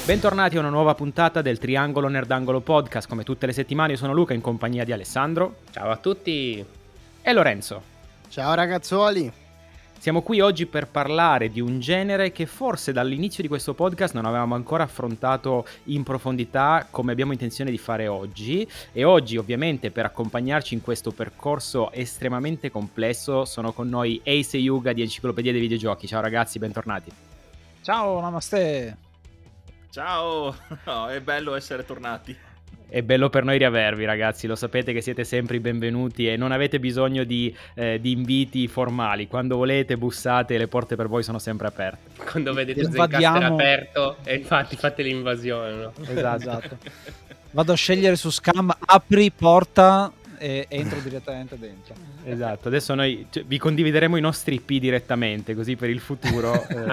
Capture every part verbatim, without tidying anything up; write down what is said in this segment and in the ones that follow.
Bentornati a una nuova puntata del Triangolo Nerdangolo Podcast. Come tutte le settimane io sono Luca in compagnia di Alessandro. Ciao a tutti. E Lorenzo. Ciao ragazzuoli. Siamo qui oggi per parlare di un genere che forse dall'inizio di questo podcast non avevamo ancora affrontato in profondità come abbiamo intenzione di fare oggi. E oggi ovviamente per accompagnarci in questo percorso estremamente complesso sono con noi Ace e Yuga di Enciclopedia dei Videogiochi. Ciao ragazzi, bentornati. Ciao, namaste. Ciao, no, è bello essere tornati. È bello per noi riavervi ragazzi, lo sapete che siete sempre i benvenuti e non avete bisogno di, eh, di inviti formali. Quando volete bussate, le porte per voi sono sempre aperte. Quando vedete Invadiamo... Zencastr aperto e infatti fate l'invasione, no? Esatto. esatto. Vado a scegliere su Scam, apri, porta e entro direttamente dentro. Esatto, adesso noi cioè, vi condivideremo i nostri I P direttamente, così per il futuro... eh.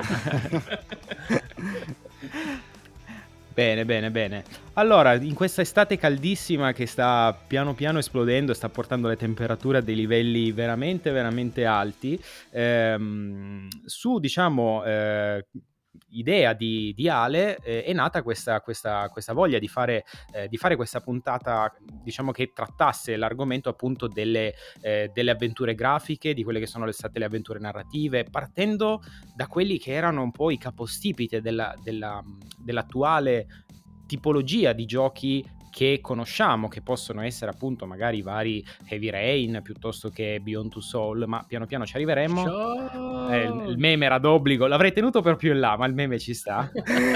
Bene, bene, bene. Allora, in questa estate caldissima che sta piano piano esplodendo e sta portando le temperature a dei livelli veramente, veramente alti, ehm, su, diciamo, eh, idea di, di Ale, eh, è nata questa, questa, questa voglia di fare, eh, di fare questa puntata, diciamo, che trattasse l'argomento appunto delle, eh, delle avventure grafiche, di quelle che sono state le avventure narrative, partendo da quelli che erano un po' i capostipite della, della, dell'attuale tipologia di giochi che conosciamo, che possono essere appunto magari vari Heavy Rain piuttosto che Beyond Two Soul, ma piano piano ci arriveremo. Eh, il, il meme era d'obbligo, l'avrei tenuto per più in là, ma il meme ci sta.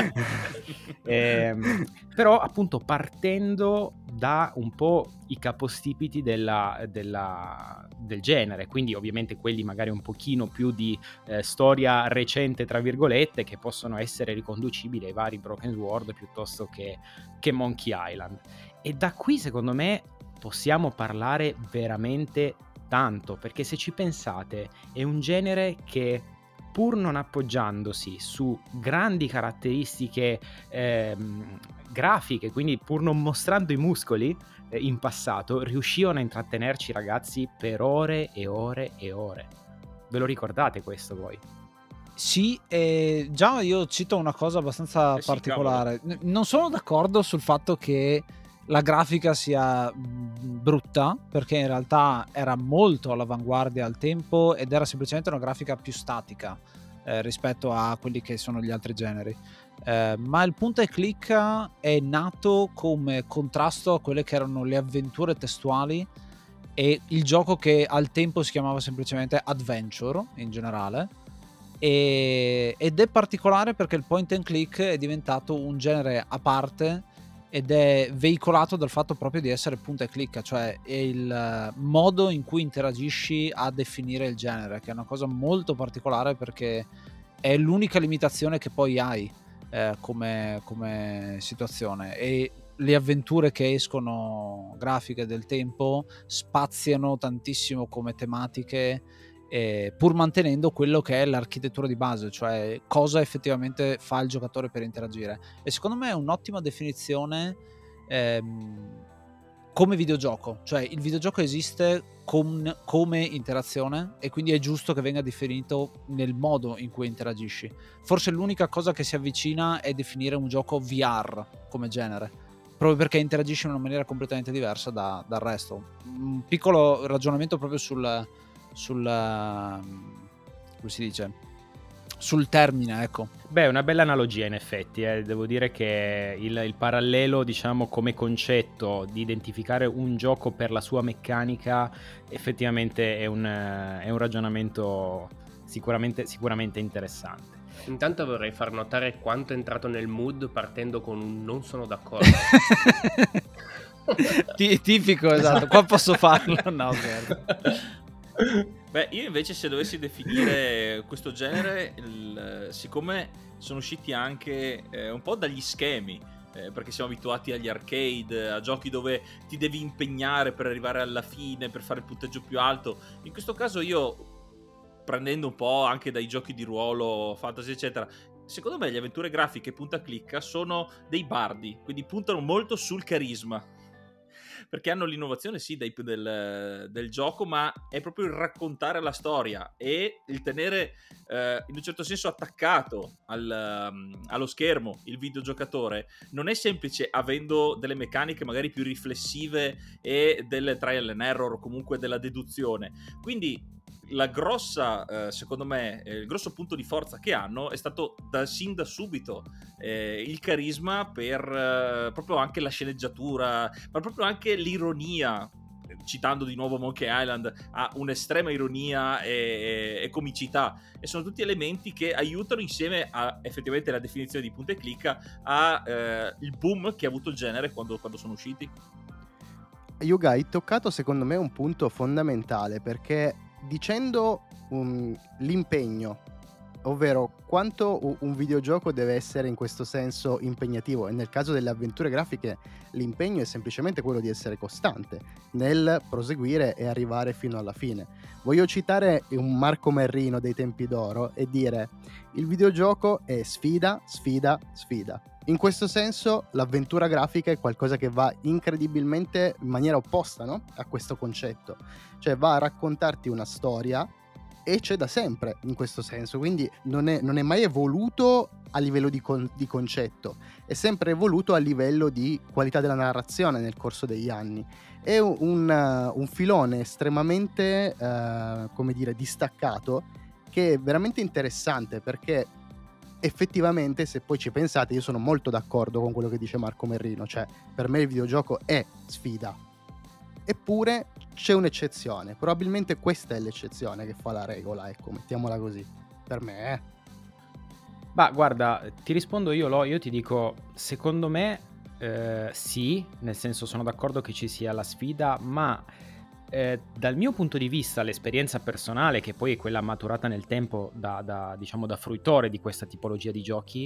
eh, però appunto partendo da un po' i capostipiti della, della, del genere, quindi ovviamente quelli magari un pochino più di eh, storia recente tra virgolette, che possono essere riconducibili ai vari Broken Sword piuttosto che, che Monkey Island. E da qui secondo me possiamo parlare veramente tanto, perché se ci pensate è un genere che pur non appoggiandosi su grandi caratteristiche ehm, grafiche, quindi pur non mostrando i muscoli eh, in passato, riuscivano a intrattenerci ragazzi per ore e ore e ore. Ve lo ricordate questo voi? Sì, e già io cito una cosa abbastanza eh sì, particolare. N- non sono d'accordo sul fatto che la grafica sia brutta, perché in realtà era molto all'avanguardia al tempo ed era semplicemente una grafica più statica eh, rispetto a quelli che sono gli altri generi. Eh, ma il punta e clicca è nato come contrasto a quelle che erano le avventure testuali e il gioco che al tempo si chiamava semplicemente Adventure in generale. E, ed è particolare perché il point and click è diventato un genere a parte ed è veicolato dal fatto proprio di essere punta e clicca, cioè è il modo in cui interagisci a definire il genere, che è una cosa molto particolare perché è l'unica limitazione che poi hai eh, come, come situazione, e le avventure che escono grafiche del tempo spaziano tantissimo come tematiche, eh, pur mantenendo quello che è l'architettura di base, cioè cosa effettivamente fa il giocatore per interagire. E secondo me è un'ottima definizione ehm, come videogioco, cioè il videogioco esiste con, come interazione e quindi è giusto che venga definito nel modo in cui interagisci. Forse l'unica cosa che si avvicina è definire un gioco V R come genere, proprio perché interagisce in una maniera completamente diversa da, dal resto. Un piccolo ragionamento proprio sul sul come si dice sul termine, ecco. Beh, una bella analogia in effetti, eh. Devo dire che il, il parallelo, diciamo, come concetto di identificare un gioco per la sua meccanica effettivamente è un, è un ragionamento sicuramente, sicuramente interessante. Intanto vorrei far notare quanto è entrato nel mood partendo con un non sono d'accordo. Tipico, esatto. Qua posso farlo? No, scherzo. Beh, io invece se dovessi definire questo genere, il, siccome sono usciti anche eh, un po' dagli schemi, eh, perché siamo abituati agli arcade, a giochi dove ti devi impegnare per arrivare alla fine, per fare il punteggio più alto. In questo caso io, prendendo un po' anche dai giochi di ruolo, fantasy eccetera, secondo me le avventure grafiche punta clicca sono dei bardi, quindi puntano molto sul carisma. perché hanno l'innovazione sì dei, del, del gioco, ma è proprio il raccontare la storia e il tenere eh, in un certo senso attaccato al, um, allo schermo il videogiocatore. Non è semplice avendo delle meccaniche magari più riflessive e del trial and error o comunque della deduzione. Quindi la grossa, eh, secondo me, eh, il grosso punto di forza che hanno è stato da sin da subito eh, il carisma per eh, proprio anche la sceneggiatura, ma proprio anche l'ironia. Citando di nuovo Monkey Island, ha un'estrema ironia e, e, e comicità, e sono tutti elementi che aiutano, insieme a effettivamente la definizione di punta e clicca, a eh, il boom che ha avuto il genere quando, quando sono usciti. Yuga, hai toccato secondo me un punto fondamentale, perché dicendo um, l'impegno, ovvero quanto un videogioco deve essere in questo senso impegnativo, e nel caso delle avventure grafiche l'impegno è semplicemente quello di essere costante nel proseguire e arrivare fino alla fine. Voglio citare un Marco Merrino dei tempi d'oro e dire: il videogioco è sfida, sfida, sfida. In questo senso l'avventura grafica è qualcosa che va incredibilmente in maniera opposta, no? A questo concetto, cioè va a raccontarti una storia, e c'è da sempre in questo senso, quindi non è, non è mai evoluto a livello di, con, di concetto, è sempre evoluto a livello di qualità della narrazione nel corso degli anni. È un, un, un filone estremamente eh, come dire distaccato, che è veramente interessante, perché effettivamente, se poi ci pensate, io sono molto d'accordo con quello che dice Marco Merrino, cioè per me il videogioco è sfida, eppure c'è un'eccezione, probabilmente questa è l'eccezione che fa la regola, ecco, mettiamola così, per me. eh. Ma guarda, ti rispondo io, Lo, io ti dico, secondo me eh, sì, nel senso sono d'accordo che ci sia la sfida, ma eh, dal mio punto di vista l'esperienza personale, che poi è quella maturata nel tempo da, da, diciamo, da fruitore di questa tipologia di giochi,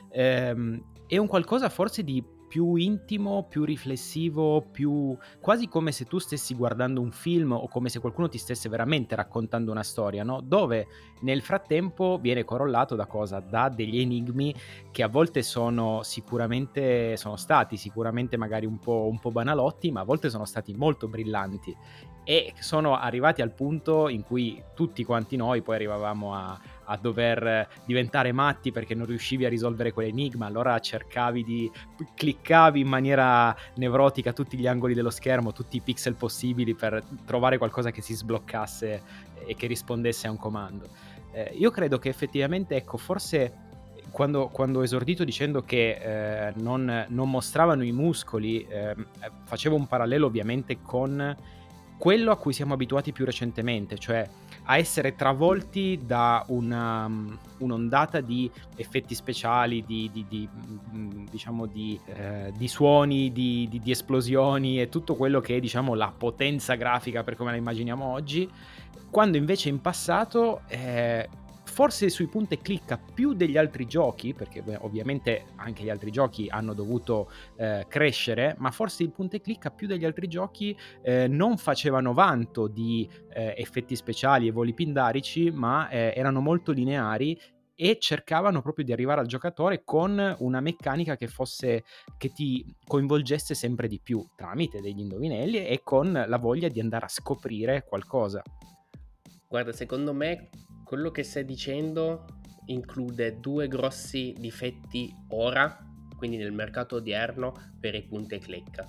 ehm, è un qualcosa forse di più intimo, più riflessivo, più quasi come se tu stessi guardando un film o come se qualcuno ti stesse veramente raccontando una storia, no? Dove nel frattempo viene corollato da cosa? Da degli enigmi che a volte sono sicuramente, sono stati sicuramente magari un po', un po' banalotti, ma a volte sono stati molto brillanti e sono arrivati al punto in cui tutti quanti noi poi arrivavamo a, a dover diventare matti perché non riuscivi a risolvere quell'enigma, allora cercavi di cliccavi in maniera nevrotica tutti gli angoli dello schermo, tutti i pixel possibili per trovare qualcosa che si sbloccasse e che rispondesse a un comando. Eh, io credo che effettivamente, ecco, forse quando, quando ho esordito dicendo che eh, non, non mostravano i muscoli, eh, facevo un parallelo ovviamente con quello a cui siamo abituati più recentemente, cioè a essere travolti da una, un'ondata di effetti speciali, di, di, di diciamo di, eh, di suoni, di, di, di esplosioni e tutto quello che è, diciamo, la potenza grafica per come la immaginiamo oggi, quando invece in passato eh, forse sui punta e clicca più degli altri giochi, perché beh, ovviamente anche gli altri giochi hanno dovuto eh, crescere, ma forse il punta e clicca più degli altri giochi eh, non facevano vanto di eh, effetti speciali e voli pindarici, ma eh, erano molto lineari e cercavano proprio di arrivare al giocatore con una meccanica che fosse, che ti coinvolgesse sempre di più tramite degli indovinelli e con la voglia di andare a scoprire qualcosa. Guarda, secondo me quello che stai dicendo include due grossi difetti ora, quindi nel mercato odierno, per i punta e clicca.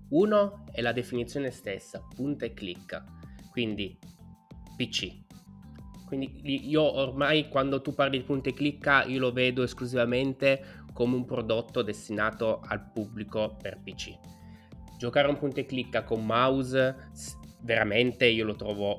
Uno è la definizione stessa, punta e clicca, quindi P C. Quindi io ormai, quando tu parli di punta e clicca, io lo vedo esclusivamente come un prodotto destinato al pubblico per P C. Giocare un punta e clicca con mouse, veramente io lo trovo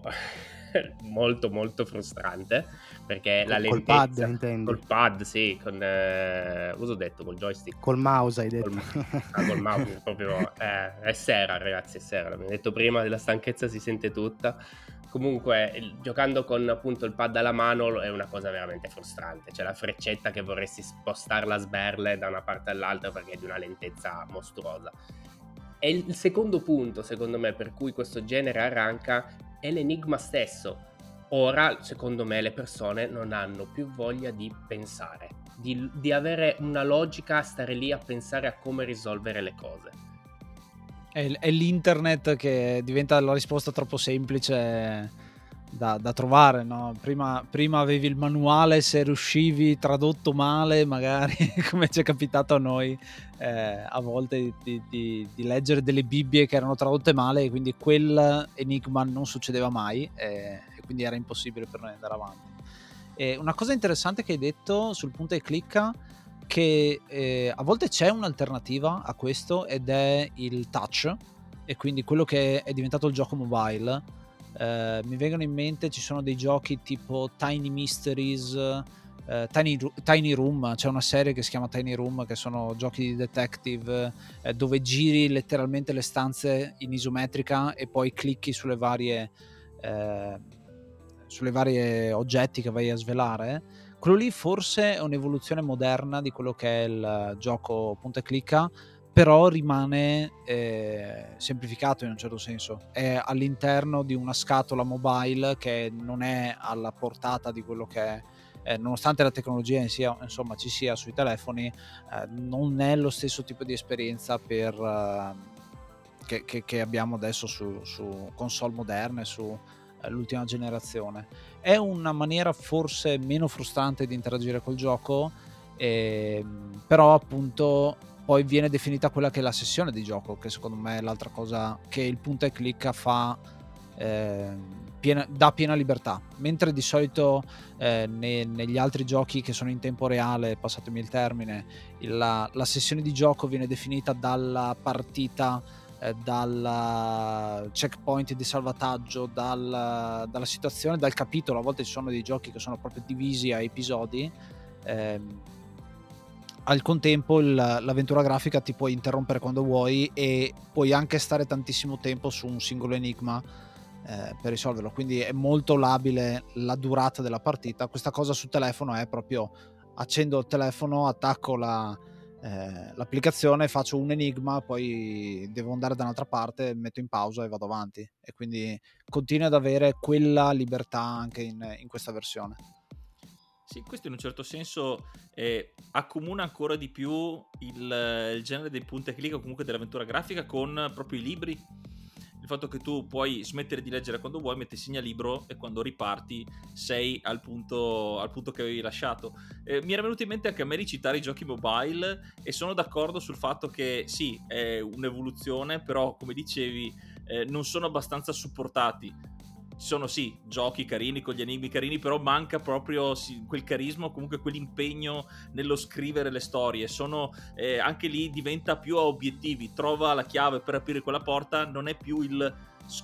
molto molto frustrante, perché col, la lentezza col pad intendi? Col pad, sì, con eh, cosa ho detto, col joystick, col mouse hai detto. Col, ah, col mouse proprio eh, è sera, ragazzi, è sera, l'abbiamo detto prima, della stanchezza si sente tutta. Comunque il, giocando con appunto il pad alla mano è una cosa veramente frustrante, c'è la freccetta che vorresti spostarla a sberle da una parte all'altra perché è di una lentezza mostruosa. E il secondo punto, secondo me, per cui questo genere arranca è l'enigma stesso. Ora, secondo me, le persone non hanno più voglia di pensare, di, di avere una logica, stare lì a pensare a come risolvere le cose. È, è l'internet che diventa la risposta troppo semplice da, da trovare, no? Prima, prima avevi il manuale, se riuscivi tradotto male, magari come ci è capitato a noi eh, a volte di, di, di leggere delle Bibbie che erano tradotte male, e quindi quel enigma non succedeva mai, eh, e quindi era impossibile per noi andare avanti. E una cosa interessante che hai detto sul punta e clicca, che eh, a volte c'è un'alternativa a questo, ed è il touch, e quindi quello che è diventato il gioco mobile. Uh, mi vengono in mente, ci sono dei giochi tipo Tiny Mysteries, uh, Tiny, Tiny Room, c'è una serie che si chiama Tiny Room, che sono giochi di detective uh, dove giri letteralmente le stanze in isometrica e poi clicchi sulle varie uh, sulle varie oggetti che vai a svelare. Quello lì forse è un'evoluzione moderna di quello che è il gioco punta e clicca, però rimane eh, semplificato in un certo senso. È all'interno di una scatola mobile che non è alla portata di quello che è, eh, nonostante la tecnologia in sia, insomma, ci sia sui telefoni, eh, non è lo stesso tipo di esperienza per, eh, che, che, che abbiamo adesso su, su console moderne, su eh, l'ultima generazione. È una maniera forse meno frustrante di interagire col gioco, eh, però appunto poi viene definita quella che è la sessione di gioco, che secondo me è l'altra cosa che il punta e clicca fa, eh, piena, dà piena libertà, mentre di solito eh, ne, negli altri giochi che sono in tempo reale, passatemi il termine, la, la sessione di gioco viene definita dalla partita, eh, dal checkpoint di salvataggio, dal, dalla situazione, dal capitolo. A volte ci sono dei giochi che sono proprio divisi a episodi. ehm, Al contempo il, l'avventura grafica ti puoi interrompere quando vuoi, e puoi anche stare tantissimo tempo su un singolo enigma eh, per risolverlo, quindi è molto labile la durata della partita. Questa cosa sul telefono è proprio: accendo il telefono, attacco la, eh, l'applicazione, faccio un enigma, poi devo andare da un'altra parte, metto in pausa e vado avanti, e quindi continui ad avere quella libertà anche in, in questa versione. Sì, questo in un certo senso eh, accomuna ancora di più il, il genere del punta e clicca, o comunque dell'avventura grafica, con proprio i libri. Il fatto che tu puoi smettere di leggere quando vuoi, metti segnalibro e quando riparti sei al punto, al punto che avevi lasciato. Eh, mi era venuto in mente anche a me di citare i giochi mobile, e sono d'accordo sul fatto che sì, è un'evoluzione, però come dicevi eh, non sono abbastanza supportati. Ci sono sì giochi carini con gli enigmi carini, però manca proprio sì, quel carisma, o comunque quell'impegno nello scrivere le storie. Sono eh, anche lì diventa più a obiettivi, trova la chiave per aprire quella porta, non è più il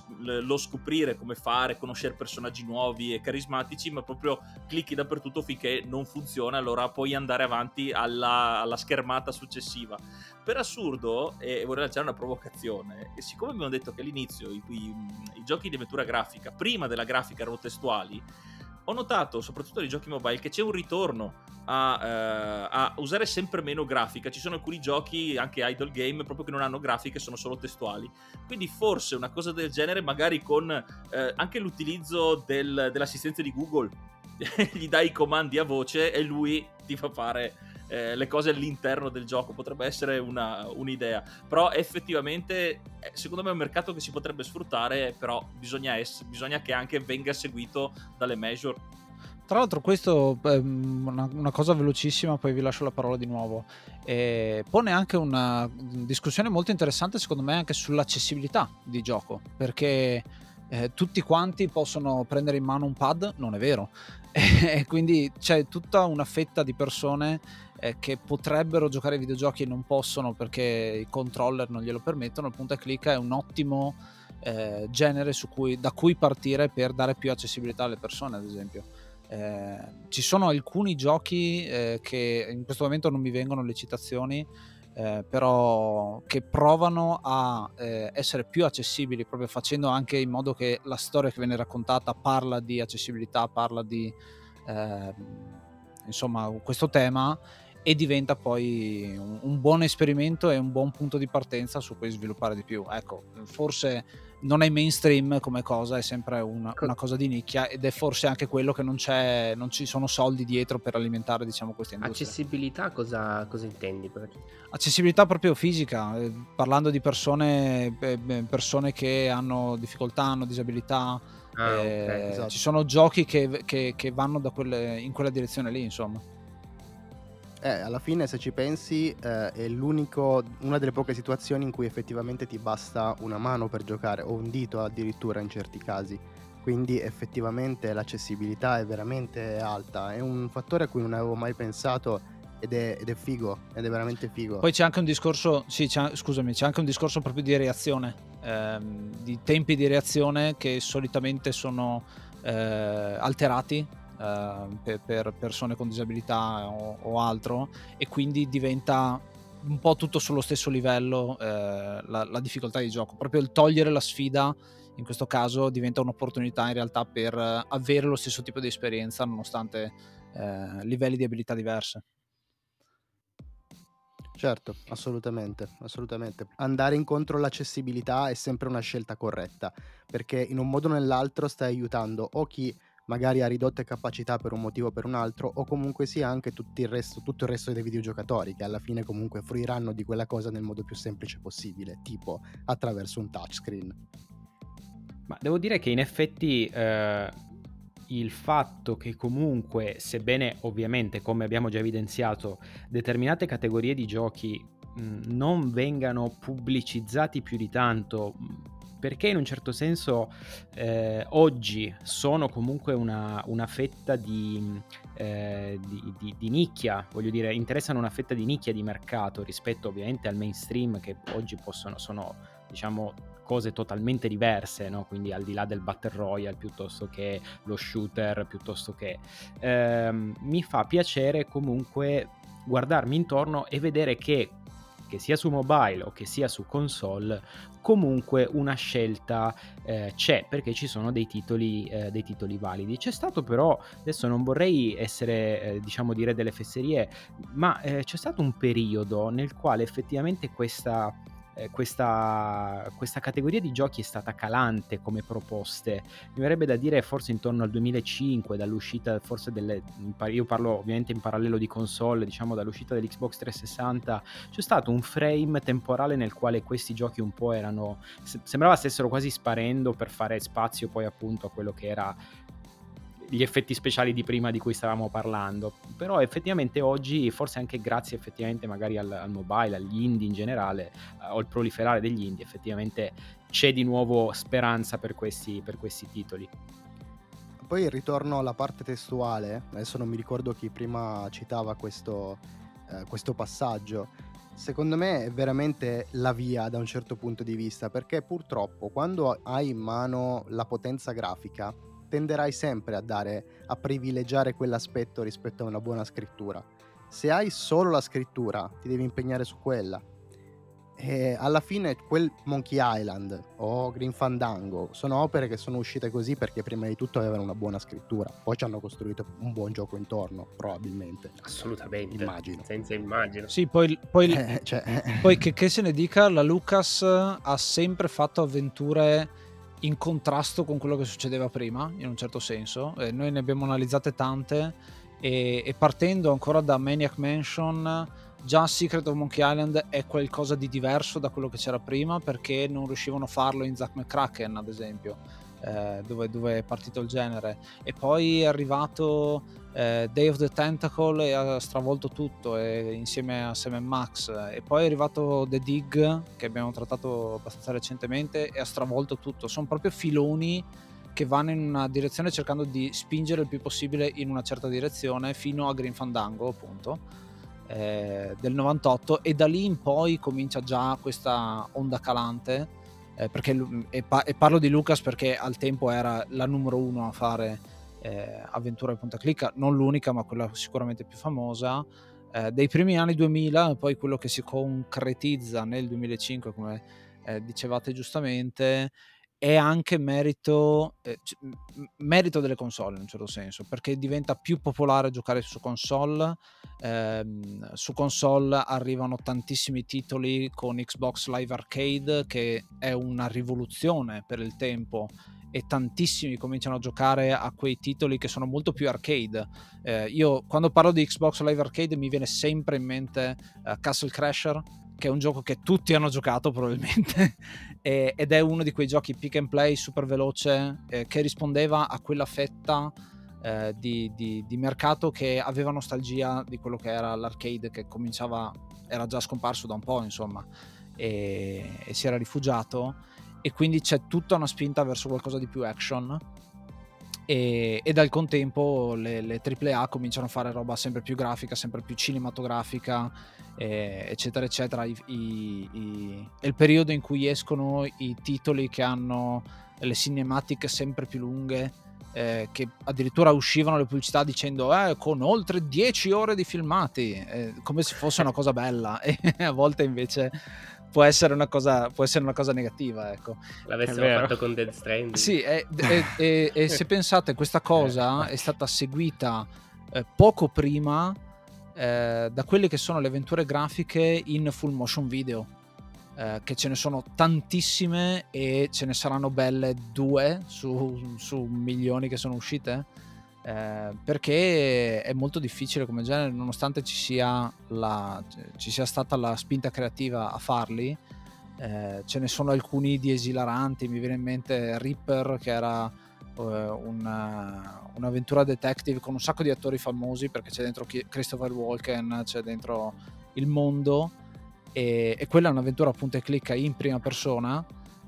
lo scoprire come fare, conoscere personaggi nuovi e carismatici, ma proprio clicchi dappertutto finché non funziona, allora puoi andare avanti alla, alla schermata successiva. Per assurdo, e vorrei lanciare una provocazione, e siccome abbiamo detto che all'inizio i, i, i giochi di avventura grafica prima della grafica erano testuali, ho notato soprattutto nei giochi mobile che c'è un ritorno a, eh, a usare sempre meno grafica. Ci sono alcuni giochi, anche idle game, proprio che non hanno grafiche, sono solo testuali. Quindi forse una cosa del genere, magari con eh, anche l'utilizzo del, dell'assistenza di Google, gli dai i comandi a voce e lui ti fa fare eh, le cose all'interno del gioco, potrebbe essere una, un'idea. Però effettivamente secondo me è un mercato che si potrebbe sfruttare, però bisogna, ess- bisogna che anche venga seguito dalle major. Tra l'altro questo è una, una cosa velocissima, poi vi lascio la parola di nuovo, eh, pone anche una discussione molto interessante secondo me anche sull'accessibilità di gioco, perché eh, tutti quanti possono prendere in mano un pad, non è vero, e quindi c'è tutta una fetta di persone eh, che potrebbero giocare ai videogiochi e non possono perché i controller non glielo permettono. Il punta e clicca è un ottimo eh, genere su cui, da cui partire per dare più accessibilità alle persone, ad esempio. Eh, ci sono alcuni giochi eh, che in questo momento non mi vengono le citazioni, eh, però che provano a eh, essere più accessibili, proprio facendo anche in modo che la storia che viene raccontata parla di accessibilità, parla di eh, insomma questo tema, e diventa poi un, un buon esperimento e un buon punto di partenza su cui sviluppare di più. Ecco, forse non è mainstream come cosa, è sempre una, Co- una cosa di nicchia, ed è forse anche quello che non c'è, non ci sono soldi dietro per alimentare, diciamo, questa industria. Accessibilità cosa, cosa intendi? Per- Accessibilità proprio fisica, eh, parlando di persone, eh, beh, persone che hanno difficoltà, hanno disabilità, Ah, ok. eh, esatto. ci sono giochi che, che- che vanno da quelle, in quella direzione lì, insomma. Eh, alla fine, se ci pensi, eh, è l'unico, una delle poche situazioni in cui effettivamente ti basta una mano per giocare, o un dito addirittura in certi casi. Quindi effettivamente l'accessibilità è veramente alta. È un fattore a cui non avevo mai pensato ed è, ed è figo, ed è veramente figo. Poi c'è anche un discorso, sì, c'è, scusami, c'è anche un discorso proprio di reazione, ehm, di tempi di reazione che solitamente sono eh, alterati eh, per, per persone con disabilità o, o altro, e quindi diventa un po' tutto sullo stesso livello eh, la, la difficoltà di gioco. Proprio il togliere la sfida, in questo caso, diventa un'opportunità in realtà per eh, avere lo stesso tipo di esperienza nonostante eh, livelli di abilità diverse. Certo, assolutamente, assolutamente. Andare incontro all'accessibilità è sempre una scelta corretta, perché in un modo o nell'altro stai aiutando o chi magari ha ridotte capacità per un motivo o per un altro, o comunque sia anche tutto il resto, tutto il resto dei videogiocatori, che alla fine comunque fruiranno di quella cosa nel modo più semplice possibile, tipo attraverso un touchscreen. Ma devo dire che in effetti eh, il fatto che comunque, sebbene ovviamente, come abbiamo già evidenziato, determinate categorie di giochi mh, non vengano pubblicizzati più di tanto, mh, perché in un certo senso eh, oggi sono comunque una, una fetta di, eh, di, di, di nicchia, voglio dire, interessano una fetta di nicchia di mercato rispetto ovviamente al mainstream, che oggi possono, sono, diciamo, cose totalmente diverse, no? Quindi al di là del Battle Royale piuttosto che lo shooter, piuttosto che ehm, mi fa piacere comunque guardarmi intorno e vedere che che sia su mobile o che sia su console comunque una scelta eh, c'è, perché ci sono dei titoli eh, dei titoli validi. C'è stato però, adesso non vorrei essere eh, diciamo dire delle fesserie, ma eh, c'è stato un periodo nel quale effettivamente questa eh, questa, questa categoria di giochi è stata calante come proposte. Mi verrebbe da dire forse intorno al duemilacinque, dall'uscita forse delle, io parlo ovviamente in parallelo di console, diciamo dall'uscita dell'Xbox trecentosessanta, c'è stato un frame temporale nel quale questi giochi un po' erano, sembrava stessero quasi sparendo per fare spazio poi appunto a quello che era gli effetti speciali di prima di cui stavamo parlando. Però effettivamente oggi, forse anche grazie effettivamente magari al, al mobile, agli indie in generale, eh, o al proliferare degli indie, effettivamente c'è di nuovo speranza per questi, per questi titoli. Poi ritorno alla parte testuale, adesso non mi ricordo chi prima citava questo, eh, questo passaggio. Secondo me è veramente la via da un certo punto di vista, perché purtroppo quando hai in mano la potenza grafica tenderai sempre a dare, a privilegiare quell'aspetto rispetto a una buona scrittura. Se hai solo la scrittura ti devi impegnare su quella. E alla fine quel Monkey Island o Green Fandango sono opere che sono uscite così perché prima di tutto avevano una buona scrittura, poi ci hanno costruito un buon gioco intorno, probabilmente. Assolutamente, Immagino. senza immagino. Sì, poi, poi, Eh, cioè... poi che, che se ne dica, la Lucas ha sempre fatto avventure in contrasto con quello che succedeva prima, in un certo senso. Eh, noi ne abbiamo analizzate tante e, e partendo ancora da Maniac Mansion, già Secret of Monkey Island è qualcosa di diverso da quello che c'era prima, perché non riuscivano a farlo in Zack McCracken, ad esempio, eh, dove, dove è partito il genere. E poi è arrivato eh, Day of the Tentacle e ha stravolto tutto, e, insieme a Sam and Max. E poi è arrivato The Dig, che abbiamo trattato abbastanza recentemente, e ha stravolto tutto. Sono proprio filoni che vanno in una direzione cercando di spingere il più possibile in una certa direzione, fino a Green Fandango, appunto, eh, del novantotto, e da lì in poi comincia già questa onda calante, eh, perché, e, pa- e parlo di Lucas perché al tempo era la numero uno a fare eh, avventura e punta clicca, non l'unica ma quella sicuramente più famosa, eh, dei primi anni duemila. Poi quello che si concretizza nel duemilacinque, come eh, dicevate giustamente, è anche merito eh, c- m- merito delle console in un certo senso, perché diventa più popolare giocare su console. Ehm, su console arrivano tantissimi titoli con Xbox Live Arcade, che è una rivoluzione per il tempo, e tantissimi cominciano a giocare a quei titoli che sono molto più arcade. Eh, io quando parlo di Xbox Live Arcade mi viene sempre in mente uh, Castle Crasher, che è un gioco che tutti hanno giocato probabilmente e, ed è uno di quei giochi pick and play super veloce, eh, che rispondeva a quella fetta eh, di, di, di mercato che aveva nostalgia di quello che era l'arcade, che cominciava, era già scomparso da un po', insomma, e, e si era rifugiato, e quindi c'è tutta una spinta verso qualcosa di più action, e, e dal contempo le, le triple A cominciano a fare roba sempre più grafica, sempre più cinematografica, eh, eccetera eccetera. I, i, i, è il periodo in cui escono i titoli che hanno le cinematiche sempre più lunghe, eh, che addirittura uscivano le pubblicità dicendo eh, con oltre dieci ore di filmati, eh, come se fosse una cosa bella, e a volte invece può essere una cosa, può essere una cosa negativa, ecco. L'avessero fatto con Death Stranding. Sì, e, e, e, e se pensate, questa cosa è stata seguita eh, poco prima eh, da quelle che sono le avventure grafiche in full motion video, eh, che ce ne sono tantissime e ce ne saranno belle due su, su milioni che sono uscite. Eh, perché è molto difficile come genere, nonostante ci sia, la, ci sia stata la spinta creativa a farli. Eh, ce ne sono alcuni di esilaranti, mi viene in mente Reaper, che era uh, una, un'avventura detective con un sacco di attori famosi, perché c'è dentro Christopher Walken, c'è dentro il mondo, e, e quella è un'avventura punta e clicca in prima persona,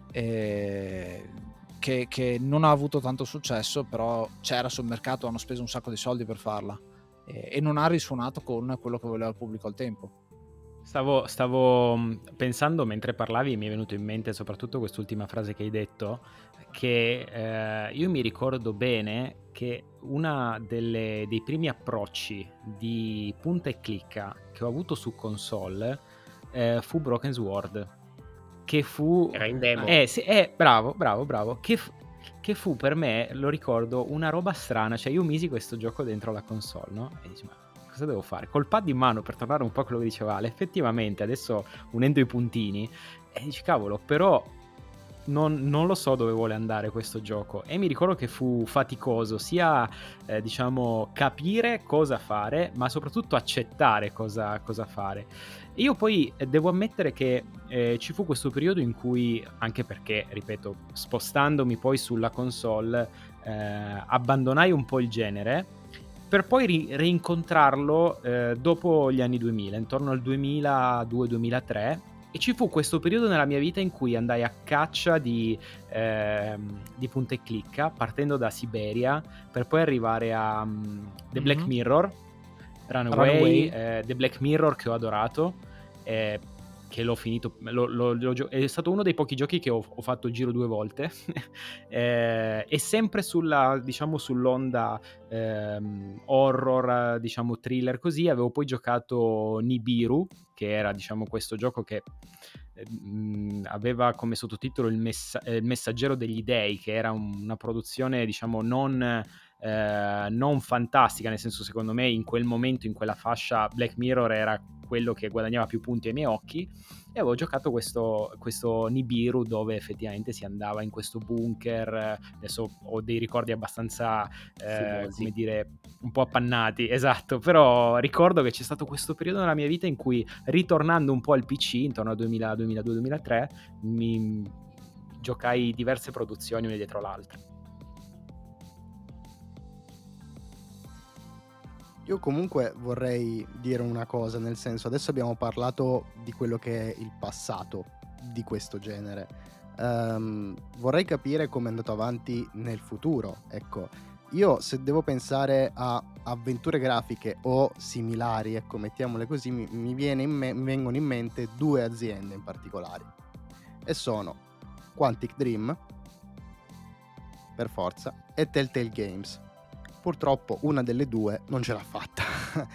e Che, che non ha avuto tanto successo, però c'era sul mercato, hanno speso un sacco di soldi per farla, e, e non ha risuonato con quello che voleva il pubblico al tempo. Stavo, stavo pensando mentre parlavi, e mi è venuto in mente soprattutto quest'ultima frase che hai detto, che eh, io mi ricordo bene che una delle, dei primi approcci di punta e clicca che ho avuto su console eh, fu Broken Sword, che fu era in demo. Eh, sì, eh, bravo, bravo, bravo. Che, fu, che fu per me, lo ricordo, una roba strana. Cioè, io misi questo gioco dentro la console, no? E dici, ma cosa devo fare? Col pad in mano, per tornare un po' a quello che diceva Ale, effettivamente, adesso unendo i puntini, e dici, cavolo, però non, non lo so dove vuole andare questo gioco. E mi ricordo che fu faticoso, sia, eh, diciamo, capire cosa fare, ma soprattutto accettare cosa, cosa fare. Io poi eh, devo ammettere che eh, ci fu questo periodo in cui, anche perché, ripeto, spostandomi poi sulla console, eh, abbandonai un po' il genere, per poi ri- rincontrarlo eh, dopo gli anni duemila, intorno al duemiladue duemilatré, e ci fu questo periodo nella mia vita in cui andai a caccia di, eh, di punta e clicca, partendo da Siberia, per poi arrivare a um, The Black Mm-hmm. Mirror, Runaway, Runaway. Eh, The Black Mirror, che ho adorato, eh, che l'ho finito, lo, lo, lo, è stato uno dei pochi giochi che ho, ho fatto il giro due volte, eh, e sempre sulla, diciamo, sull'onda ehm, horror, diciamo thriller così. Avevo poi giocato Nibiru, che era, diciamo, questo gioco che eh, mh, aveva come sottotitolo il, messa- il messaggero degli dei, che era un, una produzione, diciamo, non Eh, non fantastica, nel senso, secondo me in quel momento, in quella fascia, Black Mirror era quello che guadagnava più punti ai miei occhi, e avevo giocato questo, questo Nibiru, dove effettivamente si andava in questo bunker. Adesso ho dei ricordi abbastanza eh, come dire, un po' appannati, esatto, però ricordo che c'è stato questo periodo nella mia vita in cui, ritornando un po' al P C intorno al duemila, duemiladue duemilatré, mi giocai diverse produzioni una dietro l'altra. Io comunque vorrei dire una cosa, nel senso, adesso abbiamo parlato di quello che è il passato di questo genere. Um, vorrei capire come è andato avanti nel futuro. Ecco, io se devo pensare a avventure grafiche o similari, ecco, mettiamole così, mi, mi, viene in me, mi vengono in mente due aziende in particolare, e sono Quantic Dream, per forza, e Telltale Games. Purtroppo una delle due non ce l'ha fatta.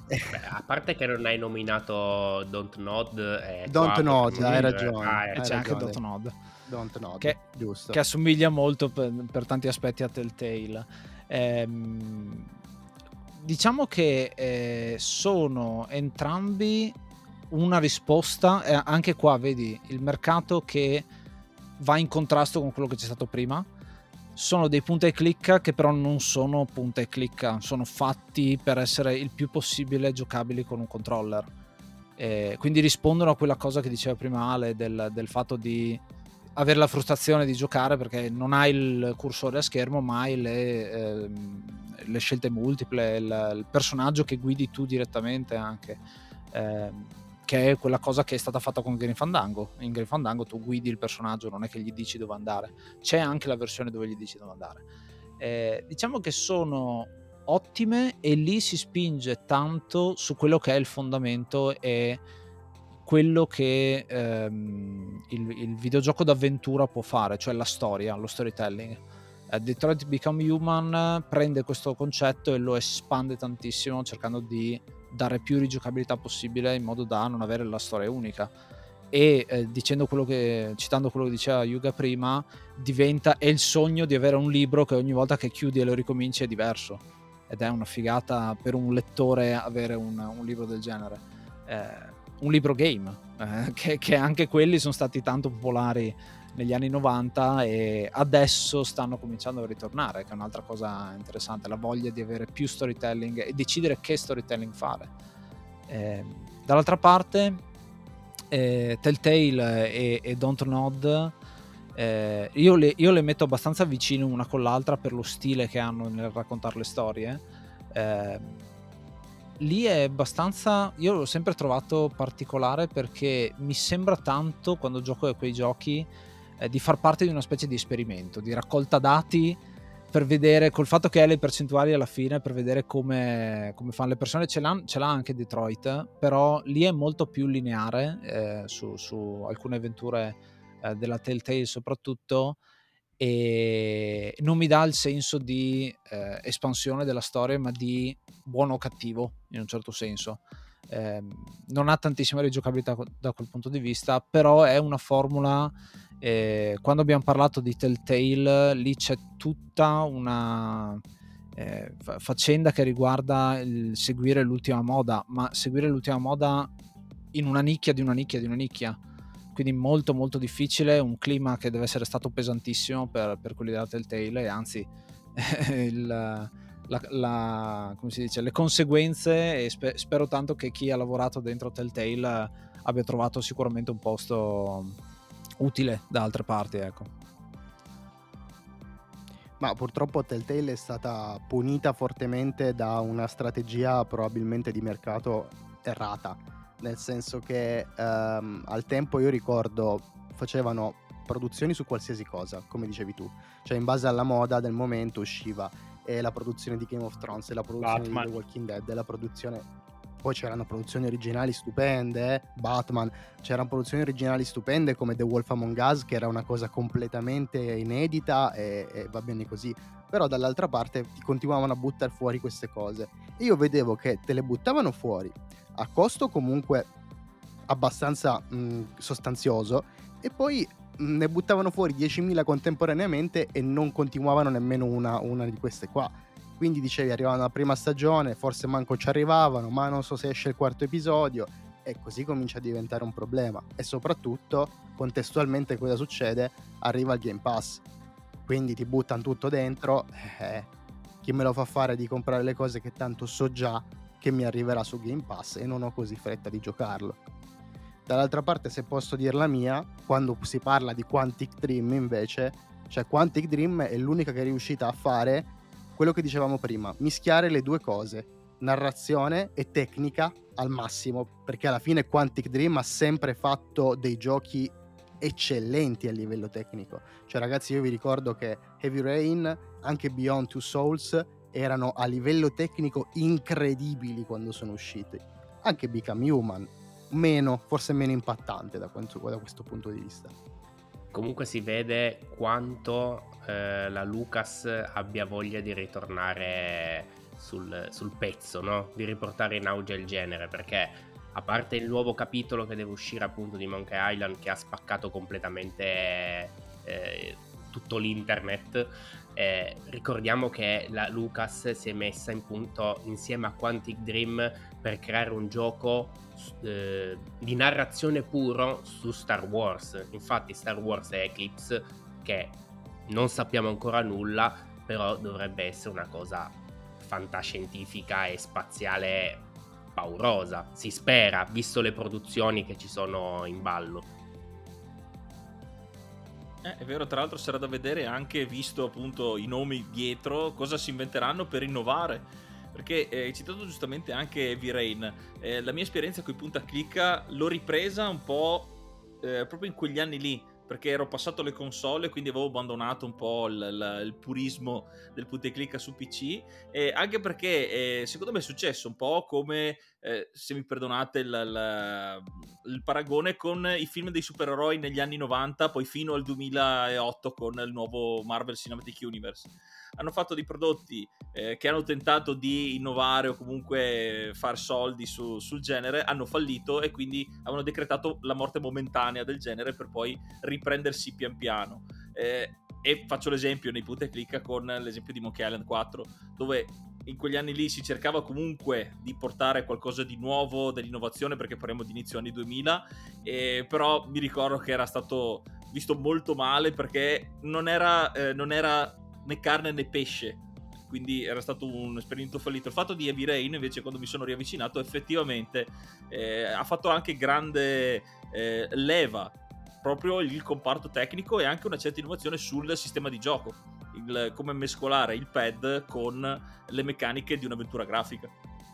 Beh, a parte che non hai nominato Don't Nod e Don't Nod, hai eh, ragione. ah, E ecco. Hai c'è anche ragione. Don't Nod, Don't Nod, che, giusto. che assomiglia molto per, per tanti aspetti a Telltale. Ehm, diciamo che eh, sono entrambi una risposta, eh, anche qua vedi il mercato che va in contrasto con quello che c'è stato prima. Sono dei punta e clicca che però non sono punta e clicca, sono fatti per essere il più possibile giocabili con un controller. Eh, quindi rispondono a quella cosa che diceva prima Ale del, del fatto di avere la frustrazione di giocare perché non hai il cursore a schermo, ma hai le, eh, le scelte multiple, il, il personaggio che guidi tu direttamente anche, eh, che è quella cosa che è stata fatta con Grim Fandango. In Grim Fandango tu guidi il personaggio, non è che gli dici dove andare. C'è anche la versione dove gli dici dove andare. Eh, diciamo che sono ottime e lì si spinge tanto su quello che è il fondamento e quello che ehm, il, il videogioco d'avventura può fare, cioè la storia, lo storytelling. eh, Detroit Become Human prende questo concetto e lo espande tantissimo cercando di dare più rigiocabilità possibile in modo da non avere la storia unica e eh, dicendo quello che, citando quello che diceva Yuga prima, diventa è il sogno di avere un libro che ogni volta che chiudi e lo ricominci è diverso, ed è una figata per un lettore avere un, un libro del genere, eh, un libro game, eh, che, che anche quelli sono stati tanto popolari negli anni novanta e adesso stanno cominciando a ritornare, che è un'altra cosa interessante, la voglia di avere più storytelling e decidere che storytelling fare. Eh, dall'altra parte eh, Telltale e, e Don't Nod, eh, io, le, io le metto abbastanza vicino una con l'altra per lo stile che hanno nel raccontare le storie. Eh, lì è abbastanza, io l'ho sempre trovato particolare perché mi sembra tanto, quando gioco a quei giochi, eh, di far parte di una specie di esperimento, di raccolta dati per vedere, col fatto che hai le percentuali alla fine, per vedere come, come fanno le persone. Ce l'ha, ce l'ha anche Detroit, però lì è molto più lineare, eh, su, su alcune avventure eh, della Telltale soprattutto, e non mi dà il senso di eh, espansione della storia, ma di buono o cattivo in un certo senso. Eh, non ha tantissima rigiocabilità da quel punto di vista, però è una formula. Eh, quando abbiamo parlato di Telltale, lì c'è tutta una eh, faccenda che riguarda il seguire l'ultima moda, ma seguire l'ultima moda in una nicchia di una nicchia di una nicchia, quindi molto molto difficile, un clima che deve essere stato pesantissimo per, per quelli della Telltale, e anzi il, la, la, come si dice, le conseguenze, e spe, spero tanto che chi ha lavorato dentro Telltale abbia trovato sicuramente un posto utile da altre parti, ecco. Ma purtroppo Telltale è stata punita fortemente da una strategia probabilmente di mercato errata, nel senso che ehm, al tempo, io ricordo, facevano produzioni su qualsiasi cosa, come dicevi tu, cioè in base alla moda del momento usciva e la produzione di Game of Thrones, e la produzione Batman. di The Walking Dead, e la produzione, poi c'erano produzioni originali stupende, eh? Batman, c'erano produzioni originali stupende come The Wolf Among Us, che era una cosa completamente inedita e, e va bene così, però dall'altra parte ti continuavano a buttare fuori queste cose e io vedevo che te le buttavano fuori a costo comunque abbastanza mh, sostanzioso, e poi mh, ne buttavano fuori diecimila contemporaneamente e non continuavano nemmeno una, una di queste qua. Quindi dicevi, arrivavano la prima stagione, forse manco ci arrivavano, ma non so se esce il quarto episodio, e così comincia a diventare un problema. E soprattutto, contestualmente, cosa succede? Arriva il Game Pass, quindi ti buttano tutto dentro, eh, chi me lo fa fare di comprare le cose che tanto so già che mi arriverà su Game Pass e non ho così fretta di giocarlo. Dall'altra parte, se posso dir la mia, quando si parla di Quantic Dream invece, cioè Quantic Dream è l'unica che è riuscita a fare quello che dicevamo prima, mischiare le due cose, narrazione e tecnica al massimo, perché alla fine Quantic Dream ha sempre fatto dei giochi eccellenti a livello tecnico. Cioè ragazzi, io vi ricordo che Heavy Rain, anche Beyond Two Souls, erano a livello tecnico incredibili quando sono usciti. Anche Become Human, meno, forse meno impattante da questo, da questo punto di vista. Comunque si vede quanto eh, la Lucas abbia voglia di ritornare sul, sul pezzo, no? Di riportare in auge il genere, perché a parte il nuovo capitolo che deve uscire appunto di Monkey Island, che ha spaccato completamente eh, tutto l'internet, eh, ricordiamo che la Lucas si è messa in punto insieme a Quantic Dream per creare un gioco eh, di narrazione puro su Star Wars. Infatti Star Wars è Eclipse, che non sappiamo ancora nulla, però dovrebbe essere una cosa fantascientifica e spaziale paurosa, si spera, visto le produzioni che ci sono in ballo. Eh, è vero, tra l'altro sarà da vedere anche, visto appunto i nomi dietro, cosa si inventeranno per innovare, perché eh, hai citato giustamente anche Heavy Rain. Eh, la mia esperienza con i punta clicca l'ho ripresa un po' eh, proprio in quegli anni lì, perché ero passato alle console, quindi avevo abbandonato un po' il, il, il purismo del punta e clicca su P C, e anche perché eh, secondo me è successo un po' come, eh, se mi perdonate il, il, il paragone, con i film dei supereroi negli anni novanta, poi fino al duemilaotto con il nuovo Marvel Cinematic Universe. Hanno fatto dei prodotti eh, che hanno tentato di innovare o comunque far soldi su, sul genere, hanno fallito e quindi avevano decretato la morte momentanea del genere per poi riprendersi pian piano. Eh, e faccio l'esempio nei punta e clicca con l'esempio di Monkey Island quattro, dove in quegli anni lì si cercava comunque di portare qualcosa di nuovo, dell'innovazione, perché parliamo di inizio anni duemila, eh, però mi ricordo che era stato visto molto male, perché non era, eh, non era né carne né pesce, quindi era stato un esperimento fallito. Il fatto di Heavy Rain invece, quando mi sono riavvicinato, effettivamente eh, ha fatto anche grande eh, leva proprio il comparto tecnico e anche una certa innovazione sul sistema di gioco, il, come mescolare il pad con le meccaniche di un'avventura grafica.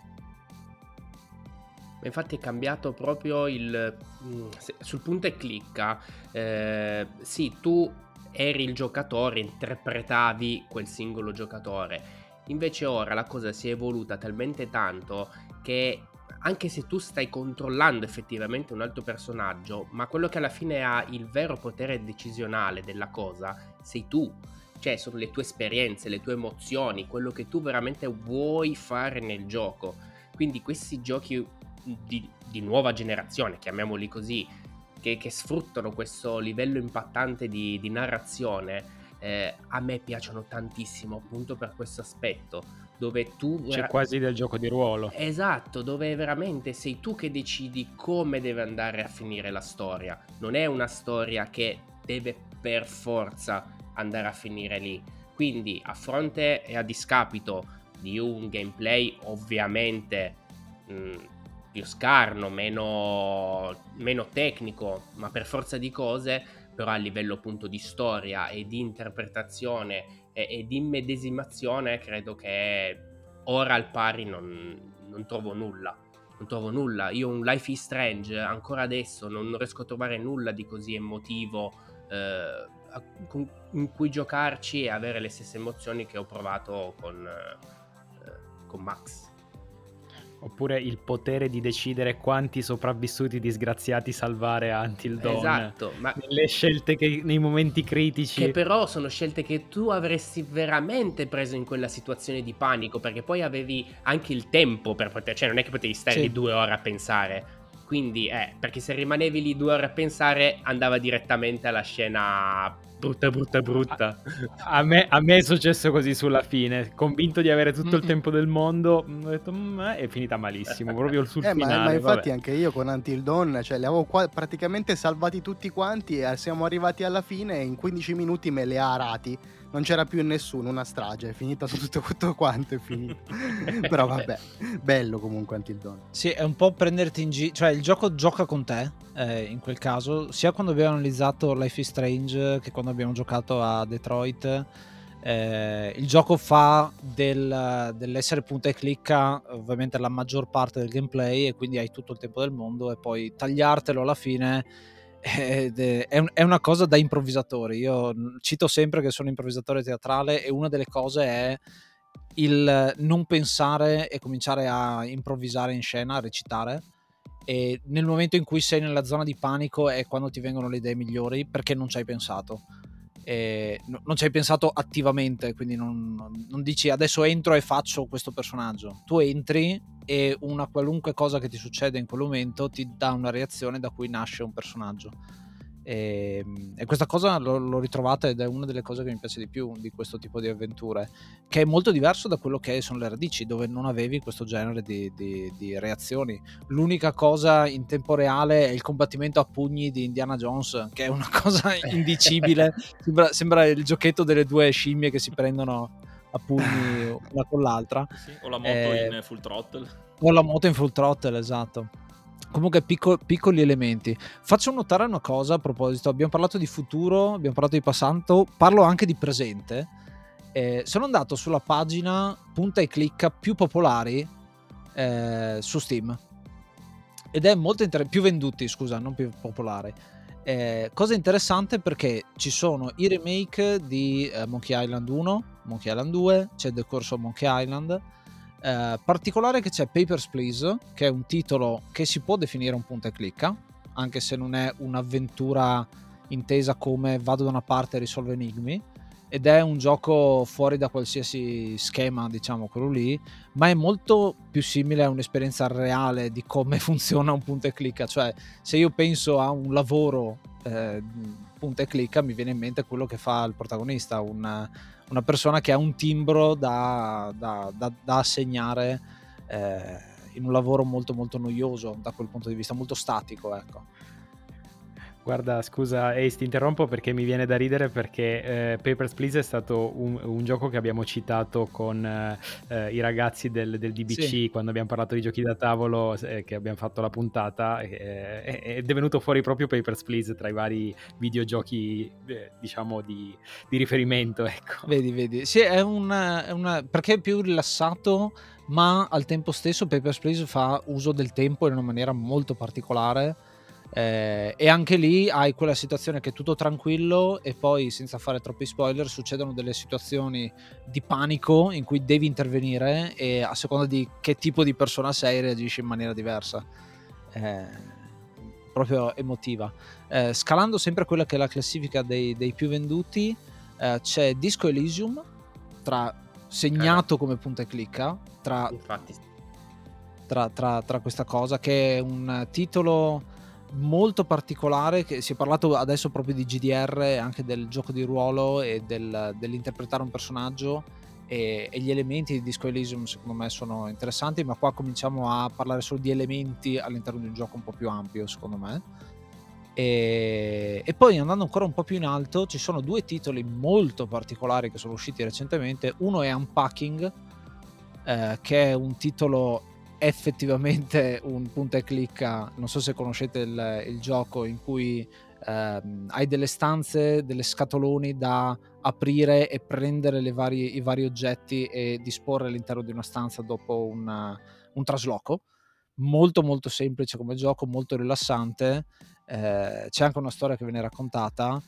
Infatti è cambiato proprio il sul punta e clicca, eh, sì, tu eri il giocatore, interpretavi quel singolo giocatore. Invece ora la cosa si è evoluta talmente tanto che anche se tu stai controllando effettivamente un altro personaggio, ma quello che alla fine ha il vero potere decisionale della cosa sei tu. Cioè sono le tue esperienze, le tue emozioni, quello che tu veramente vuoi fare nel gioco. Quindi questi giochi di, di nuova generazione, chiamiamoli così, Che, che sfruttano questo livello impattante di, di narrazione, eh, a me piacciono tantissimo appunto per questo aspetto, dove tu c'è vera- quasi del gioco di ruolo. Esatto, dove veramente sei tu che decidi come deve andare a finire la storia. Non è una storia che deve per forza andare a finire lì. Quindi a fronte e a discapito di un gameplay ovviamente mh, più scarno, meno, meno tecnico, ma per forza di cose, però a livello appunto di storia e di interpretazione e, e di immedesimazione, credo che ora al pari non, non trovo nulla. Non trovo nulla. Io un Life is Strange ancora adesso non, non riesco a trovare nulla di così emotivo eh, a, con, in cui giocarci e avere le stesse emozioni che ho provato con, eh, con Max. Oppure il potere di decidere quanti sopravvissuti disgraziati salvare a Until Dawn. Esatto, ma le scelte che nei momenti critici, che però sono scelte che tu avresti veramente preso in quella situazione di panico, perché poi avevi anche il tempo per poter, cioè non è che potevi stare Sì. lì due ore a pensare. Quindi, eh, perché se rimanevi lì due ore a pensare, andava direttamente alla scena brutta, brutta, brutta. a me, a me è successo così sulla fine, convinto di avere tutto il Mm-mm. tempo del mondo, ho detto, "Mm, eh", è finita malissimo, proprio sul Eh, ma, finale. ma infatti vabbè. anche io con Until Dawn, cioè li avevo qua praticamente salvati tutti quanti e siamo arrivati alla fine e in quindici minuti me li ha arati. Non c'era più nessuno, una strage, è finito tutto, tutto quanto, è finito. Però vabbè, bello comunque Until Dawn. Sì, è un po' prenderti in giro, cioè il gioco gioca con te, eh, in quel caso, sia quando abbiamo analizzato Life is Strange che quando abbiamo giocato a Detroit. Eh, il gioco fa del, dell'essere punta e clicca ovviamente la maggior parte del gameplay, e quindi hai tutto il tempo del mondo, e poi tagliartelo alla fine ed è, è, un, è una cosa da improvvisatori. Io cito sempre che sono improvvisatore teatrale, e una delle cose è il non pensare e cominciare a improvvisare in scena, a recitare, e nel momento in cui sei nella zona di panico è quando ti vengono le idee migliori, perché non ci hai pensato. e no, non ci hai pensato attivamente, quindi non, non dici adesso entro e faccio questo personaggio. Tu entri e una qualunque cosa che ti succede in quel momento ti dà una reazione da cui nasce un personaggio. E, e questa cosa l'ho, l'ho ritrovata ed è una delle cose che mi piace di più di questo tipo di avventure, che è molto diverso da quello che sono le radici, dove non avevi questo genere di, di, di reazioni. L'unica cosa in tempo reale è il combattimento a pugni di Indiana Jones, che è una cosa indicibile. sembra, sembra il giochetto delle due scimmie che si prendono a pugni una con l'altra. Sì, o la moto eh, in full throttle. O la moto in full throttle, esatto. Comunque picco, piccoli elementi. Faccio notare una cosa a proposito, abbiamo parlato di futuro, abbiamo parlato di passato, parlo anche di presente. Eh, sono andato sulla pagina punta e clicca più popolari eh, su Steam ed è molto interessante, più venduti scusa, non più popolari. Eh, cosa interessante perché ci sono i remake di eh, Monkey Island uno, Monkey Island due, c'è The Curse of Monkey Island. Uh, particolare che c'è Papers, Please, che è un titolo che si può definire un punta e clicca, anche se non è un'avventura intesa come vado da una parte e risolvo enigmi, ed è un gioco fuori da qualsiasi schema, diciamo quello lì, ma è molto più simile a un'esperienza reale di come funziona un punta e clicca. Cioè, se io penso a un lavoro eh, punta e clicca, mi viene in mente quello che fa il protagonista, un una persona che ha un timbro da, da, da, da assegnare eh, in un lavoro molto molto noioso da quel punto di vista, molto statico, ecco. Guarda, scusa Ace, ti interrompo perché mi viene da ridere perché eh, Papers, Please è stato un, un gioco che abbiamo citato con eh, i ragazzi del, del D B C sì. Quando abbiamo parlato di giochi da tavolo eh, che abbiamo fatto la puntata eh, ed è venuto fuori proprio Papers, Please tra i vari videogiochi eh, diciamo di, di riferimento, ecco. Vedi, vedi, sì, è una, è una perché è più rilassato, ma al tempo stesso Papers, Please fa uso del tempo in una maniera molto particolare. Eh, e anche lì hai quella situazione che è tutto tranquillo e poi, senza fare troppi spoiler, succedono delle situazioni di panico in cui devi intervenire e a seconda di che tipo di persona sei reagisci in maniera diversa, eh, proprio emotiva. Eh, scalando sempre quella che è la classifica dei, dei più venduti, eh, c'è Disco Elysium, tra, segnato come punta e clicca tra, Infatti. tra, tra, tra questa cosa, che è un titolo molto particolare, che si è parlato adesso proprio di G D R, anche del gioco di ruolo e del, dell'interpretare un personaggio, e, e gli elementi di Disco Elysium secondo me sono interessanti, ma qua cominciamo a parlare solo di elementi all'interno di un gioco un po' più ampio secondo me. E, e poi andando ancora un po' più in alto ci sono due titoli molto particolari che sono usciti recentemente. Uno è Unpacking, eh, che è un titolo effettivamente un punta e clicca, non so se conoscete il, il gioco in cui ehm, hai delle stanze, delle scatoloni da aprire e prendere le varie, i vari oggetti e disporre all'interno di una stanza dopo un, un trasloco. Molto molto semplice come gioco, molto rilassante, eh, c'è anche una storia che viene raccontata,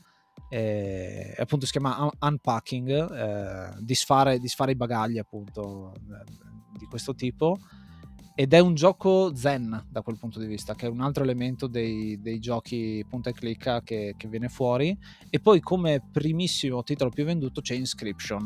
eh, appunto si chiama Unpacking, eh, disfare, disfare i bagagli appunto eh, di questo tipo. Ed è un gioco zen da quel punto di vista, che è un altro elemento dei, dei giochi punta e clicca che, che viene fuori. E poi come primissimo titolo più venduto c'è Inscription,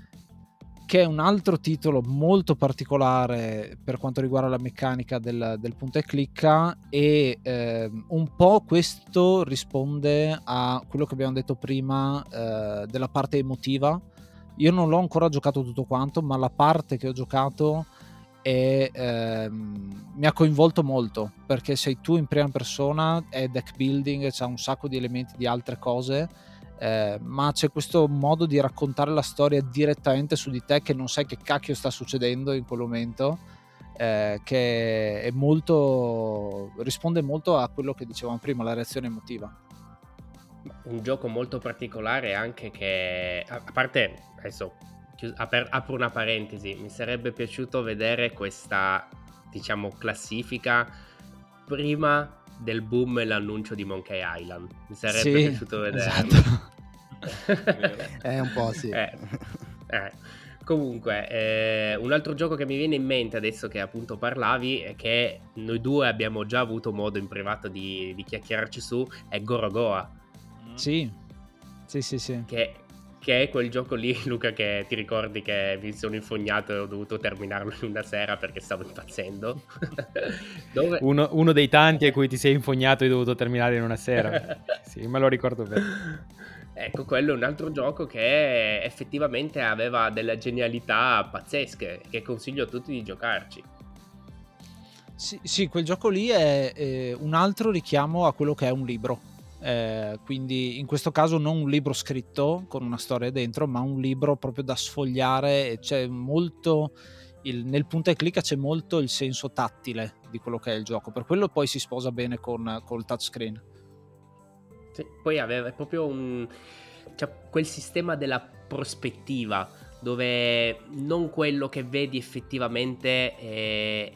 che è un altro titolo molto particolare per quanto riguarda la meccanica del, del punta e clicca, e eh, un po' questo risponde a quello che abbiamo detto prima eh, della parte emotiva. Io non l'ho ancora giocato tutto quanto, ma la parte che ho giocato e ehm, mi ha coinvolto molto, perché sei tu in prima persona, è deck building, c'ha un sacco di elementi di altre cose, eh, ma c'è questo modo di raccontare la storia direttamente su di te, che non sai che cacchio sta succedendo in quel momento, eh, che è molto, risponde molto a quello che dicevamo prima, la reazione emotiva. Un gioco molto particolare anche, che a parte adesso apro una parentesi, mi sarebbe piaciuto vedere questa, diciamo, classifica prima del boom e l'annuncio di Monkey Island. Mi sarebbe sì, piaciuto vederlo. Esatto. È un po' sì. Eh, eh. Comunque, eh, un altro gioco che mi viene in mente adesso che appunto parlavi, è che noi due abbiamo già avuto modo in privato di, di chiacchierarci su, è Gorogoa. Sì. Sì, sì, sì. Che, che è quel gioco lì, Luca, che ti ricordi che mi sono infognato e ho dovuto terminarlo in una sera perché stavo impazzendo? Dove... Uno, uno dei tanti a cui ti sei infognato e hai dovuto terminare in una sera. Sì, me lo ricordo bene. Ecco, quello è un altro gioco che effettivamente aveva delle genialità pazzesche, che consiglio a tutti di giocarci. Sì, sì, quel gioco lì è eh, un altro richiamo a quello che è un libro. Eh, quindi in questo caso non un libro scritto con una storia dentro, ma un libro proprio da sfogliare, e c'è molto il, nel punta e clicca c'è molto il senso tattile di quello che è il gioco, per quello poi si sposa bene con col touchscreen. Sì, poi aveva proprio un cioè, quel sistema della prospettiva, dove non quello che vedi effettivamente è,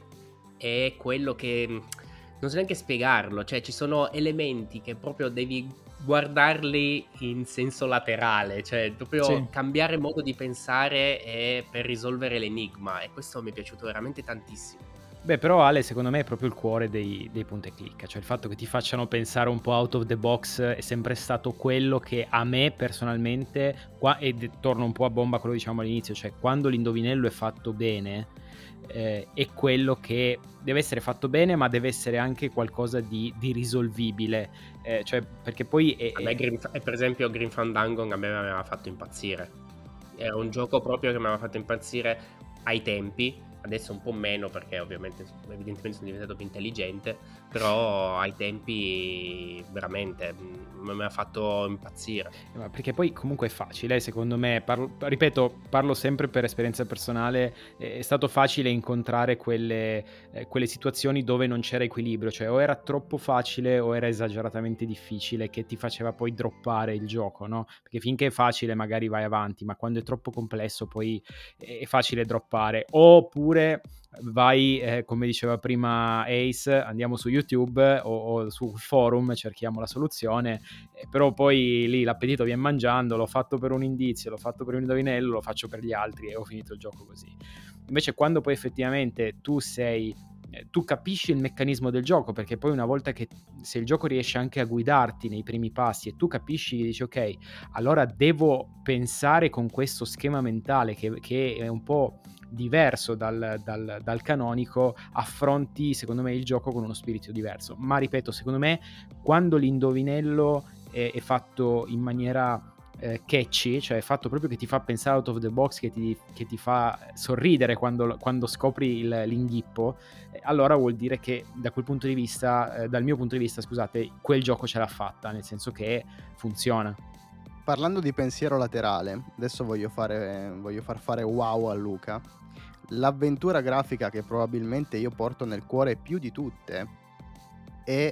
è quello che non so neanche spiegarlo, cioè ci sono elementi che proprio devi guardarli in senso laterale, cioè proprio Sì. cambiare modo di pensare e per risolvere l'enigma, e questo mi è piaciuto veramente tantissimo. Beh, però Ale, secondo me è proprio il cuore dei, dei punta e clicca, cioè il fatto che ti facciano pensare un po' out of the box è sempre stato quello che a me personalmente, qua, e de- torno un po' a bomba a quello che diciamo all'inizio, cioè quando l'indovinello è fatto bene, eh, è quello che deve essere fatto bene, ma deve essere anche qualcosa di, di risolvibile, eh, cioè perché poi... È, A me, Green, per esempio, Green Fandango a me mi aveva fatto impazzire, era un gioco proprio che mi aveva fatto impazzire ai tempi. Adesso un po' meno perché ovviamente evidentemente sono diventato più intelligente, però ai tempi veramente mi ha fatto impazzire. Ma perché poi comunque è facile, secondo me, parlo, ripeto, parlo sempre per esperienza personale, è stato facile incontrare quelle, eh, quelle situazioni dove non c'era equilibrio, cioè o era troppo facile o era esageratamente difficile, che ti faceva poi droppare il gioco, no? Perché finché è facile magari vai avanti, ma quando è troppo complesso poi è facile droppare. Oppure vai, eh, come diceva prima Ace, andiamo su YouTube o, o sul forum, cerchiamo la soluzione, eh, però poi lì l'appetito viene mangiando, l'ho fatto per un indizio, l'ho fatto per un indovinello, lo faccio per gli altri e ho finito il gioco così. Invece quando poi effettivamente tu sei eh, tu capisci il meccanismo del gioco, perché poi una volta che se il gioco riesce anche a guidarti nei primi passi e tu capisci, dici ok, allora devo pensare con questo schema mentale che, che è un po' diverso dal, dal, dal canonico, affronti secondo me il gioco con uno spirito diverso. Ma ripeto, secondo me quando l'indovinello è, è fatto in maniera eh, catchy, cioè è fatto proprio che ti fa pensare out of the box, che ti, che ti fa sorridere quando, quando scopri il, l'inghippo, eh, allora vuol dire che da quel punto di vista, eh, dal mio punto di vista, scusate, quel gioco ce l'ha fatta, nel senso che funziona. Parlando di pensiero laterale, adesso voglio, fare, voglio far fare wow a Luca. L'avventura grafica che probabilmente io porto nel cuore più di tutte è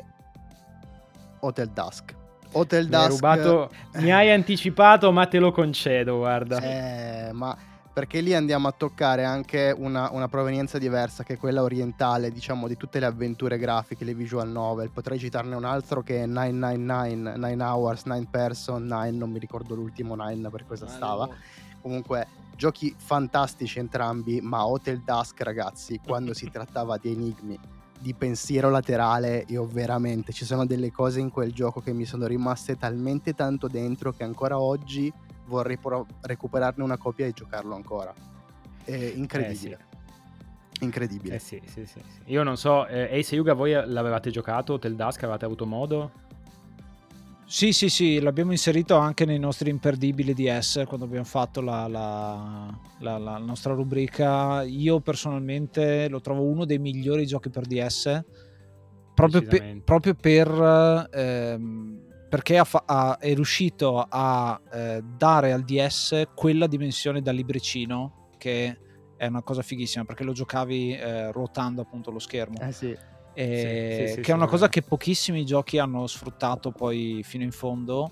Hotel Dusk. Hotel Mi Dusk... hai rubato, mi hai anticipato, ma te lo concedo, guarda. Eh, ma perché lì andiamo a toccare anche una, una provenienza diversa, che è quella orientale, diciamo, di tutte le avventure grafiche, le visual novel. Potrei citarne un altro che è nove nove nove, nine Hours, nine Person, nine, non mi ricordo l'ultimo nine per cosa stava. Comunque, giochi fantastici entrambi, ma Hotel Dusk, ragazzi, quando si trattava di enigmi, di pensiero laterale, io veramente, ci sono delle cose in quel gioco che mi sono rimaste talmente tanto dentro che ancora oggi vorrei pro- recuperarne una copia e giocarlo ancora. È incredibile. Eh sì. Incredibile. Eh sì, sì, sì, sì. Io non so, eh, Ace e Yuga, voi l'avevate giocato Hotel Dusk? Avevate avuto modo? Sì, sì, sì, l'abbiamo inserito anche nei nostri imperdibili D S quando abbiamo fatto la, la, la, la nostra rubrica. Io personalmente lo trovo uno dei migliori giochi per D S, proprio, pe- proprio per ehm, perché ha fa- ha, è riuscito a eh, dare al D S quella dimensione da libricino, che è una cosa fighissima, perché lo giocavi eh, ruotando appunto lo schermo. Eh sì. E sì, sì, sì, che è una sì, cosa vero. che pochissimi giochi hanno sfruttato poi fino in fondo.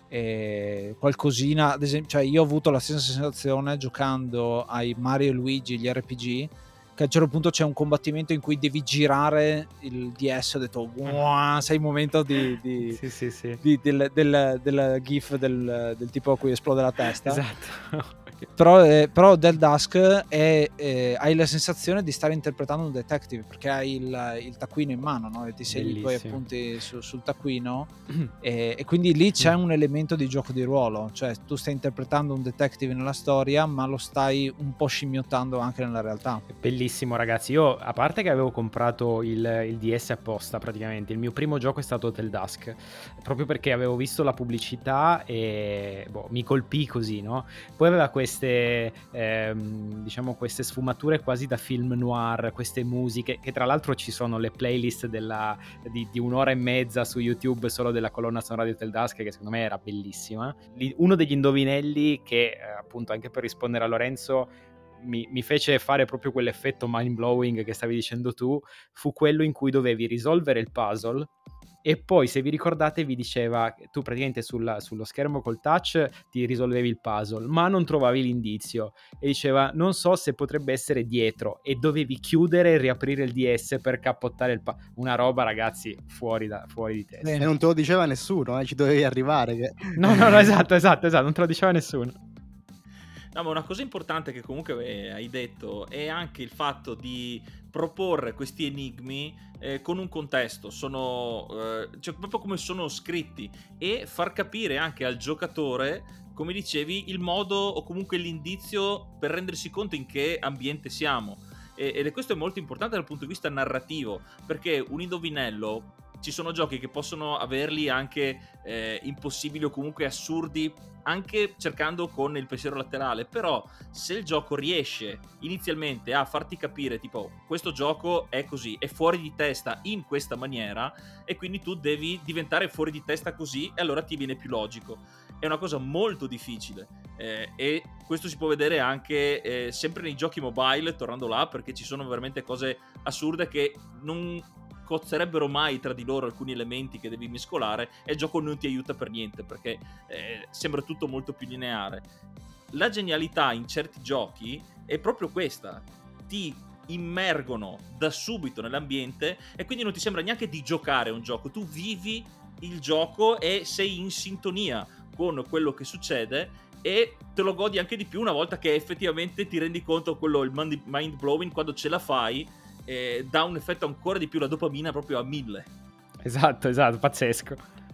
E qualcosina, ad esempio, cioè io ho avuto la stessa sensazione giocando ai Mario e Luigi, gli R P G, che a un certo punto c'è un combattimento in cui devi girare il D S. Ho detto wow, sei il momento di, di, sì, sì, sì. di del, del, del gif del, del tipo a cui esplode la testa. Esatto. Però, eh, però Del Dusk è, eh, hai la sensazione di stare interpretando un detective, perché hai il, il taccuino in mano, no? E ti segni i tuoi appunti su, sul taccuino e, e quindi lì c'è un elemento di gioco di ruolo, cioè tu stai interpretando un detective nella storia ma lo stai un po' scimmiottando anche nella realtà. Bellissimo, ragazzi. Io, a parte che avevo comprato il, il D S apposta, praticamente il mio primo gioco è stato Del Dusk, proprio perché avevo visto la pubblicità e boh, mi colpì così, no? Poi aveva questo queste ehm, diciamo queste sfumature quasi da film noir, queste musiche che tra l'altro ci sono le playlist della, di, di un'ora e mezza su YouTube solo della colonna sonora di Del Dusk, che secondo me era bellissima. Uno degli indovinelli che eh, appunto, anche per rispondere a Lorenzo, mi, mi fece fare proprio quell'effetto mind blowing che stavi dicendo tu, fu quello in cui dovevi risolvere il puzzle e poi, se vi ricordate, vi diceva tu praticamente sulla, sullo schermo col touch ti risolvevi il puzzle ma non trovavi l'indizio e diceva non so se potrebbe essere dietro e dovevi chiudere e riaprire il D S per cappottare il puzzle. Una roba, ragazzi, fuori, da, fuori di testa. E non te lo diceva nessuno, eh? Ci dovevi arrivare che... no no no esatto esatto esatto non te lo diceva nessuno. No, ma una cosa importante che comunque eh, hai detto è anche il fatto di proporre questi enigmi eh, con un contesto, sono eh, cioè proprio come sono scritti, e far capire anche al giocatore, come dicevi, il modo o comunque l'indizio per rendersi conto in che ambiente siamo. E, ed è questo è molto importante dal punto di vista narrativo, perché un indovinello, ci sono giochi che possono averli anche eh, impossibili o comunque assurdi, anche cercando con il pensiero laterale, però se il gioco riesce inizialmente a farti capire tipo questo gioco è così, è fuori di testa in questa maniera, e quindi tu devi diventare fuori di testa così, e allora ti viene più logico. È una cosa molto difficile eh, e questo si può vedere anche eh, sempre nei giochi mobile, tornando là, perché ci sono veramente cose assurde che non cozzerebbero mai tra di loro alcuni elementi che devi mescolare, e il gioco non ti aiuta per niente perché eh, sembra tutto molto più lineare. La genialità in certi giochi è proprio questa: ti immergono da subito nell'ambiente e quindi non ti sembra neanche di giocare un gioco, tu vivi il gioco e sei in sintonia con quello che succede e te lo godi anche di più una volta che effettivamente ti rendi conto, quello, il mind blowing, quando ce la fai. Eh, dà un effetto ancora di più, la dopamina proprio a mille. Esatto, esatto, pazzesco.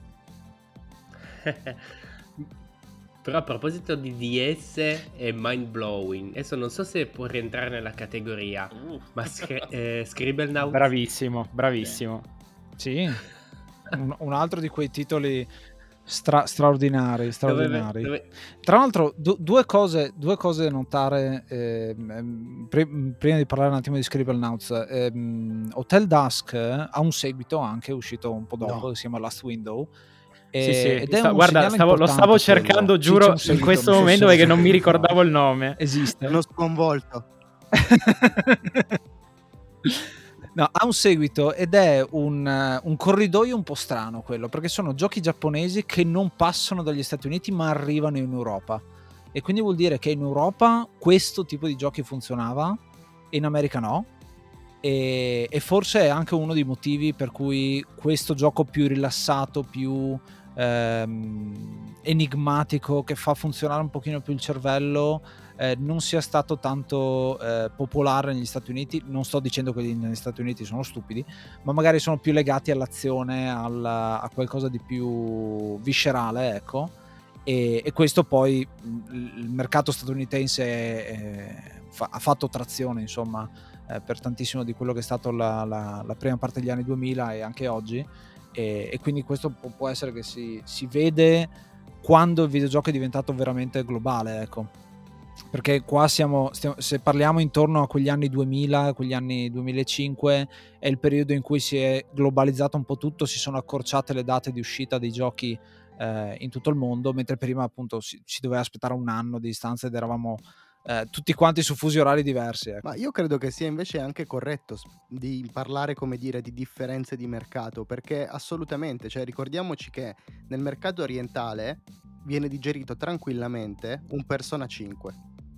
Però a proposito di D S e mind blowing, adesso non so se può rientrare nella categoria, uh. ma scri- eh, Scribblenauts. Bravissimo, bravissimo. Sì, un, un altro di quei titoli Stra- straordinari, straordinari. Dove, dove... Tra l'altro, du- due cose, due cose da notare eh, pre- prima di parlare un attimo di Scribblenauts. Eh, Hotel Dusk ha un seguito anche uscito un po' dopo, no. che si chiama Last Window. E, sì, sì. Ed è Sta, un guarda, stavo, lo stavo cercando, quello. giuro, sì, in questo momento perché non mi ricordavo il nome. Esiste. Uno sconvolto. No, ha un seguito ed è un, uh, un corridoio un po' strano quello, perché sono giochi giapponesi che non passano dagli Stati Uniti ma arrivano in Europa, e quindi vuol dire che in Europa questo tipo di giochi funzionava e in America no, e, e forse è anche uno dei motivi per cui questo gioco più rilassato, più ehm, enigmatico, che fa funzionare un pochino più il cervello, Eh, non sia stato tanto eh, popolare negli Stati Uniti. Non sto dicendo che negli Stati Uniti sono stupidi, ma magari sono più legati all'azione, al, a qualcosa di più viscerale, ecco, e, e questo poi il mercato statunitense è, fa, ha fatto trazione, insomma, eh, per tantissimo di quello che è stato la, la, la prima parte degli anni duemila e anche oggi, e, e quindi questo può, può essere che si, si vede quando il videogioco è diventato veramente globale, ecco. Perché qua siamo, stiamo, se parliamo intorno a quegli anni duemila, quegli anni duemilacinque, è il periodo in cui si è globalizzato un po' tutto, si sono accorciate le date di uscita dei giochi eh, in tutto il mondo, mentre prima appunto si, si doveva aspettare un anno di distanza ed eravamo eh, tutti quanti su fusi orari diversi. Ecco. Ma io credo che sia invece anche corretto di parlare, come dire, di differenze di mercato, perché assolutamente, cioè ricordiamoci che nel mercato orientale viene digerito tranquillamente un Persona cinque,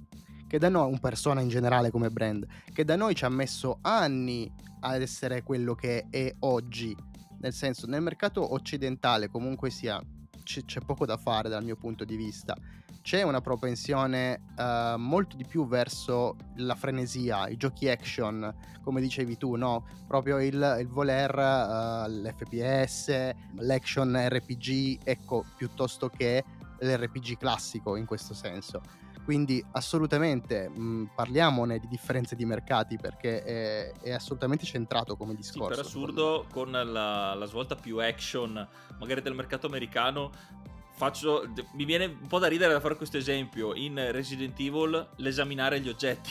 che da noi, un Persona in generale come brand, che da noi ci ha messo anni ad essere quello che è oggi, nel senso, nel mercato occidentale comunque sia c- c'è poco da fare dal mio punto di vista. C'è una propensione uh, molto di più verso la frenesia, i giochi action, come dicevi tu, no? Proprio il, il voler uh, l'F P S, l'action R P G, ecco, piuttosto che l'R P G classico in questo senso. Quindi assolutamente mh, parliamone di differenze di mercati, perché è, è assolutamente centrato come discorso. Sì, per assurdo, con la, la svolta più action magari del mercato americano, faccio, mi viene un po' da ridere da fare questo esempio. In Resident Evil l'esaminare gli oggetti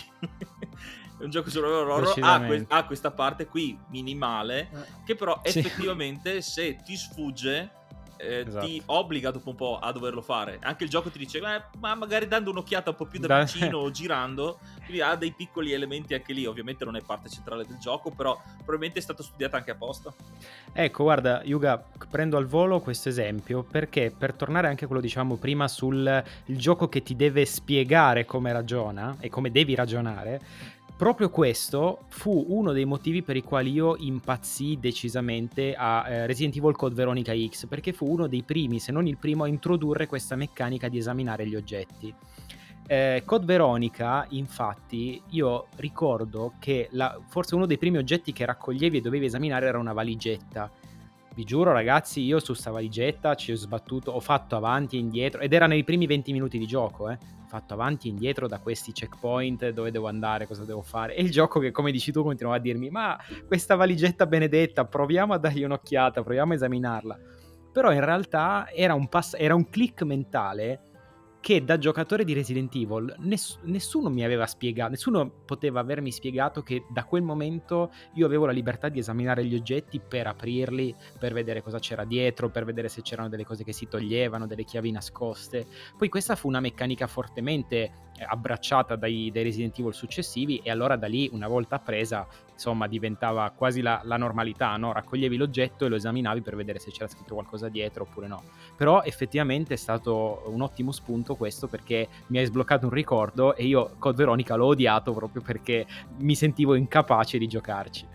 è un gioco sull'orrore, ha, que- ha questa parte qui minimale che però sì. effettivamente se ti sfugge Eh, esatto. ti obbliga dopo un po' a doverlo fare. Anche il gioco ti dice eh, ma magari dando un'occhiata un po' più da, da vicino o girando, quindi ha dei piccoli elementi anche lì. Ovviamente non è parte centrale del gioco, però probabilmente è stato studiato anche apposta. Ecco, guarda Yuga, prendo al volo questo esempio perché, per tornare anche a quello diciamo prima sul il gioco che ti deve spiegare come ragiona e come devi ragionare, proprio questo fu uno dei motivi per i quali io impazzii decisamente a eh, Resident Evil Code Veronica X, perché fu uno dei primi, se non il primo, a introdurre questa meccanica di esaminare gli oggetti. Eh, Code Veronica, infatti, io ricordo che la, forse uno dei primi oggetti che raccoglievi e dovevi esaminare era una valigetta. Vi giuro ragazzi, io su sta valigetta ci ho sbattuto, ho fatto avanti e indietro, ed era nei primi venti minuti di gioco, eh. Ho fatto avanti e indietro da questi checkpoint, dove devo andare, cosa devo fare, e il gioco che, come dici tu, continuava a dirmi ma questa valigetta benedetta, proviamo a dargli un'occhiata, proviamo a esaminarla. Però in realtà era un, pass- era un click mentale che da giocatore di Resident Evil ness- nessuno mi aveva spiegato, nessuno poteva avermi spiegato che da quel momento io avevo la libertà di esaminare gli oggetti per aprirli, per vedere cosa c'era dietro, per vedere se c'erano delle cose che si toglievano, delle chiavi nascoste. Poi questa fu una meccanica fortemente abbracciata dai, dai Resident Evil successivi, e allora da lì, una volta presa, insomma diventava quasi la, la normalità, no? Raccoglievi l'oggetto e lo esaminavi per vedere se c'era scritto qualcosa dietro oppure no. Però effettivamente è stato un ottimo spunto questo, perché mi hai sbloccato un ricordo e io Code Veronica l'ho odiato proprio perché mi sentivo incapace di giocarci.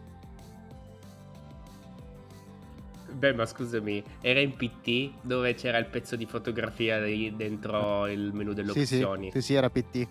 Beh, ma scusami, era in P T dove c'era il pezzo di fotografia lì dentro il menu delle sì, opzioni? Sì, sì, sì, era P T.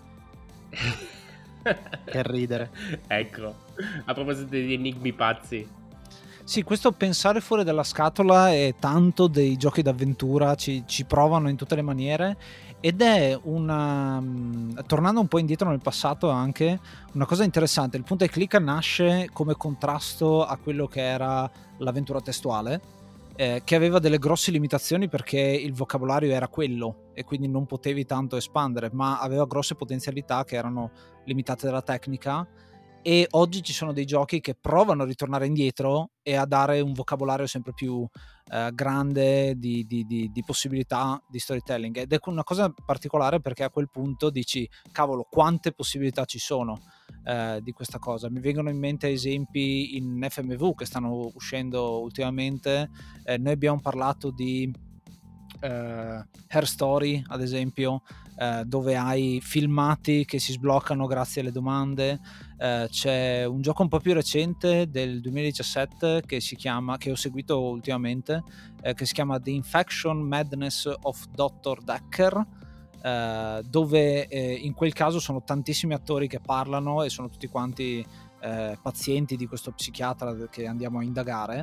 Che ridere. Ecco, a proposito degli enigmi pazzi. Sì, questo pensare fuori dalla scatola è tanto dei giochi d'avventura, ci, ci provano in tutte le maniere, ed è una, tornando un po' indietro nel passato, anche una cosa interessante. Il punta e clicca nasce come contrasto a quello che era l'avventura testuale, eh, che aveva delle grosse limitazioni perché il vocabolario era quello e quindi non potevi tanto espandere, ma aveva grosse potenzialità che erano limitate dalla tecnica. E oggi ci sono dei giochi che provano a ritornare indietro e a dare un vocabolario sempre più eh, grande di, di, di, di possibilità di storytelling, ed è una cosa particolare perché a quel punto dici cavolo, quante possibilità ci sono eh, di questa cosa. Mi vengono in mente esempi in F M V che stanno uscendo ultimamente. Eh, noi abbiamo parlato di eh, Her Story, ad esempio, eh, dove hai filmati che si sbloccano grazie alle domande. Uh, c'è un gioco un po' più recente del duemiladiciassette che si chiama, che ho seguito ultimamente, eh, che si chiama The Infection Madness of Doctor Decker, uh, dove eh, in quel caso sono tantissimi attori che parlano e sono tutti quanti eh, pazienti di questo psichiatra che andiamo a indagare,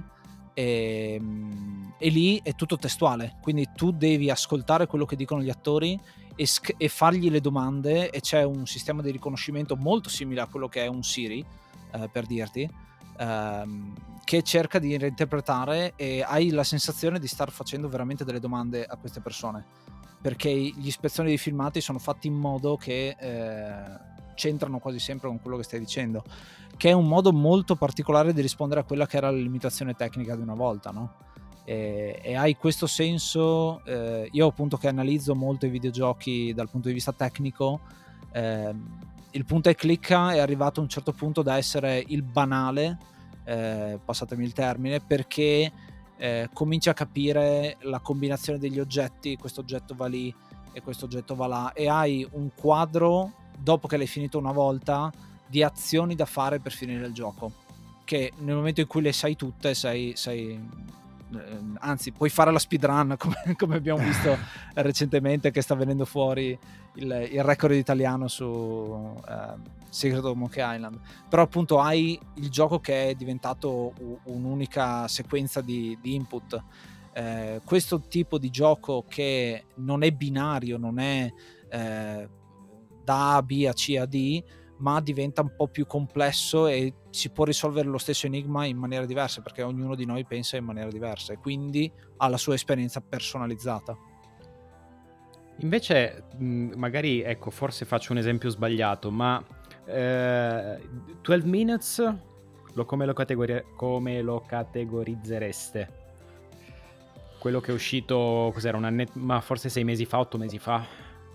e, e lì è tutto testuale, quindi tu devi ascoltare quello che dicono gli attori e, sc- e fargli le domande, e c'è un sistema di riconoscimento molto simile a quello che è un Siri, eh, per dirti, ehm, che cerca di reinterpretare, e hai la sensazione di star facendo veramente delle domande a queste persone, perché gli ispezioni dei filmati sono fatti in modo che eh, c'entrano quasi sempre con quello che stai dicendo, che è un modo molto particolare di rispondere a quella che era la limitazione tecnica di una volta, no? E, e hai questo senso. Eh, io appunto che analizzo molto i videogiochi dal punto di vista tecnico, eh, il punta e clicca è arrivato a un certo punto da essere il banale, eh, passatemi il termine, perché eh, cominci a capire la combinazione degli oggetti, questo oggetto va lì e questo oggetto va là, e hai un quadro dopo che l'hai finito una volta, di azioni da fare per finire il gioco, che nel momento in cui le sai tutte sei, sei eh, anzi puoi fare la speedrun come, come abbiamo visto recentemente, che sta venendo fuori il, il record italiano su eh, Secret of Monkey Island. Però appunto hai il gioco che è diventato u- un'unica sequenza di, di input. Eh, questo tipo di gioco che non è binario, non è eh, da A a B a C a D, ma diventa un po' più complesso e si può risolvere lo stesso enigma in maniera diversa, perché ognuno di noi pensa in maniera diversa e quindi ha la sua esperienza personalizzata. Invece, mh, magari, ecco, forse faccio un esempio sbagliato, ma eh, dodici Minutes lo, come, lo categori- come lo categorizzereste? Quello che è uscito, cos'era, un annetto, ma forse sei mesi fa, otto mesi fa?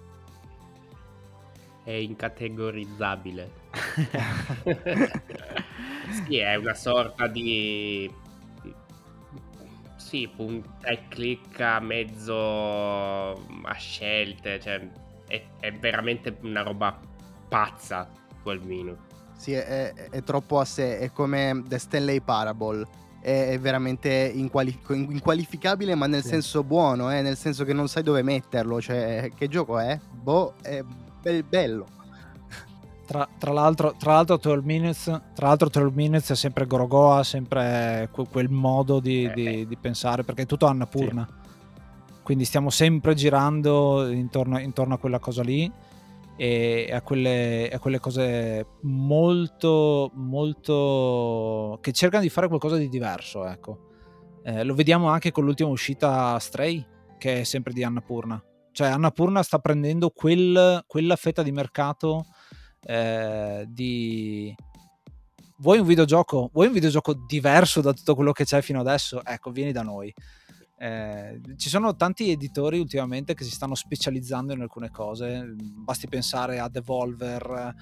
È incategorizzabile. Sì, è una sorta di... Sì, punta e clicca mezzo a scelte, cioè è, è veramente una roba pazza quel Minute. Sì, è, è- è troppo a sé, è come The Stanley Parable, è, è veramente inquali- inqualificabile, ma nel Sì. senso buono, eh, nel senso che non sai dove metterlo, cioè che gioco è? Boh, è bel- bello. Tra, tra l'altro, tra l'altro dodici Minutes, tra l'altro dodici Minutes è sempre Gorogoa, sempre que- quel modo di, Eh, di- di pensare, perché è tutto Annapurna. Quindi stiamo sempre girando intorno, intorno a quella cosa lì e a quelle, a quelle cose molto, molto che cercano di fare qualcosa di diverso, ecco. Eh, lo vediamo anche con l'ultima uscita Stray, che è sempre di Annapurna. Cioè Annapurna sta prendendo quel, quella fetta di mercato eh, di... Vuoi un videogioco? Vuoi un videogioco diverso da tutto quello che c'è fino adesso? Ecco, vieni da noi. Eh, ci sono tanti editori ultimamente che si stanno specializzando in alcune cose. Basti pensare a Devolver,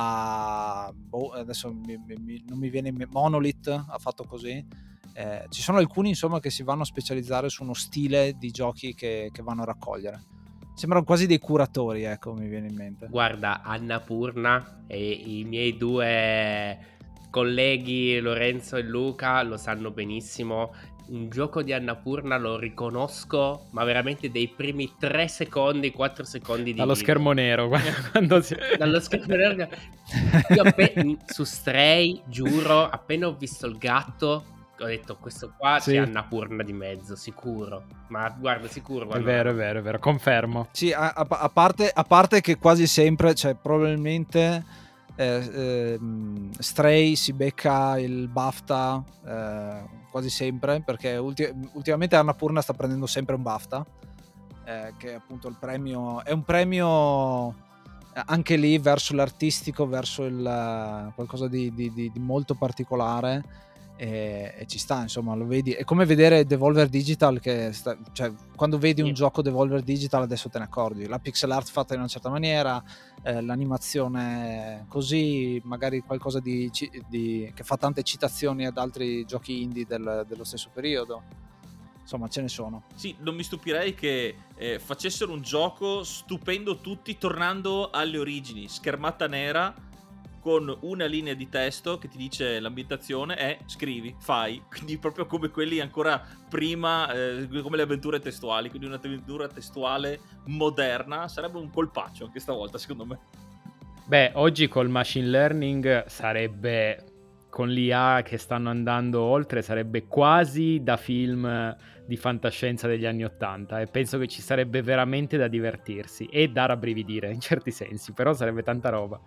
a boh, adesso mi, mi, non mi viene in mente, Monolith ha fatto così. Eh, ci sono alcuni insomma che si vanno a specializzare su uno stile di giochi che, che vanno a raccogliere. Sembrano quasi dei curatori, ecco, mi viene in mente. Guarda, Annapurna e i miei due colleghi Lorenzo e Luca lo sanno benissimo. Un gioco di Annapurna lo riconosco, ma veramente dei primi tre secondi, quattro secondi di Dallo video. schermo nero, quando si... Dallo schermo nero. Io appe- su Stray, giuro, appena ho visto il gatto, ho detto questo qua Sì. c'è Annapurna di mezzo, sicuro. Ma guarda, sicuro. È guarda. vero, è vero, è vero, confermo. Sì, a, a- a parte, a parte che quasi sempre, cioè probabilmente eh, ehm, Stray si becca il BAFTA eh, quasi sempre, perché ulti- ultimamente Annapurna sta prendendo sempre un BAFTA, eh, che è appunto il premio, è un premio eh, anche lì verso l'artistico, verso il eh, qualcosa di, di- di- di molto particolare. E, e ci sta, insomma, lo vedi. È come vedere Devolver Digital, che sta, cioè quando vedi un Sì. gioco Devolver Digital adesso te ne accorgi, la pixel art fatta in una certa maniera, eh, l'animazione così, magari qualcosa di, ci- di- che fa tante citazioni ad altri giochi indie del- dello stesso periodo. Insomma, ce ne sono. Sì, non mi stupirei che eh, facessero un gioco stupendo tutti, tornando alle origini, schermata nera con una linea di testo che ti dice l'ambientazione è scrivi, fai, quindi proprio come quelli ancora prima, eh, come le avventure testuali, quindi un'avventura testuale moderna. Sarebbe un colpaccio anche stavolta, secondo me. Beh, oggi col machine learning sarebbe, con l'I A che stanno andando oltre, sarebbe quasi da film di fantascienza degli anni Ottanta, e penso che ci sarebbe veramente da divertirsi e da rabbrividire in certi sensi, però sarebbe tanta roba.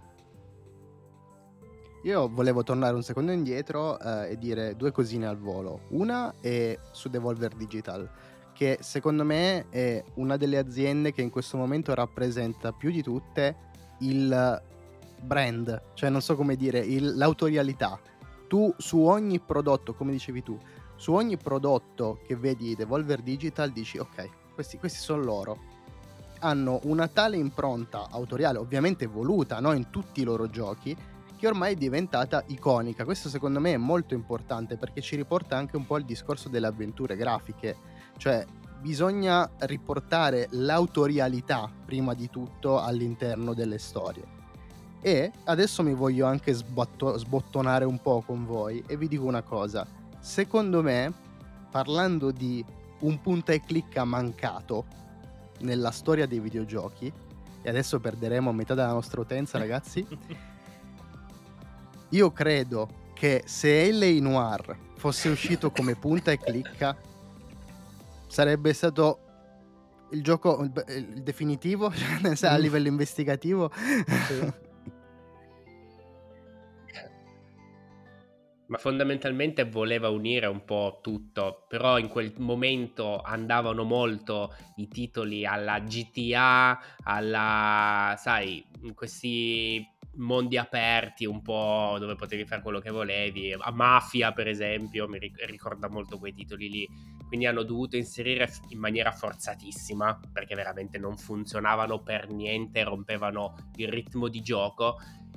Io volevo tornare un secondo indietro eh, e dire due cosine al volo. Una è su Devolver Digital, che secondo me è una delle aziende che in questo momento rappresenta più di tutte il brand, cioè non so come dire, il- l'autorialità. Tu su ogni prodotto, come dicevi tu, su ogni prodotto che vedi Devolver Digital dici ok, questi, questi sono loro. Hanno una tale impronta autoriale, ovviamente voluta, no, in tutti i loro giochi, che ormai è diventata iconica. Questo secondo me è molto importante perché ci riporta anche un po' al discorso delle avventure grafiche, cioè bisogna riportare l'autorialità prima di tutto all'interno delle storie. E adesso mi voglio anche sbatto- sbottonare un po' con voi e vi dico una cosa. Secondo me, parlando di un punta e clicca mancato nella storia dei videogiochi, e adesso perderemo metà della nostra utenza, ragazzi, io credo che se L A Noire fosse uscito come punta e clicca sarebbe stato il gioco il, il definitivo, cioè, a livello investigativo. Sì. Ma fondamentalmente voleva unire un po' tutto, però in quel momento andavano molto i titoli alla G T A, alla, sai, in questi mondi aperti un po' dove potevi fare quello che volevi, a Mafia per esempio, mi ric- ricorda molto quei titoli lì, quindi hanno dovuto inserire f- in maniera forzatissima, perché veramente non funzionavano per niente, rompevano il ritmo di gioco.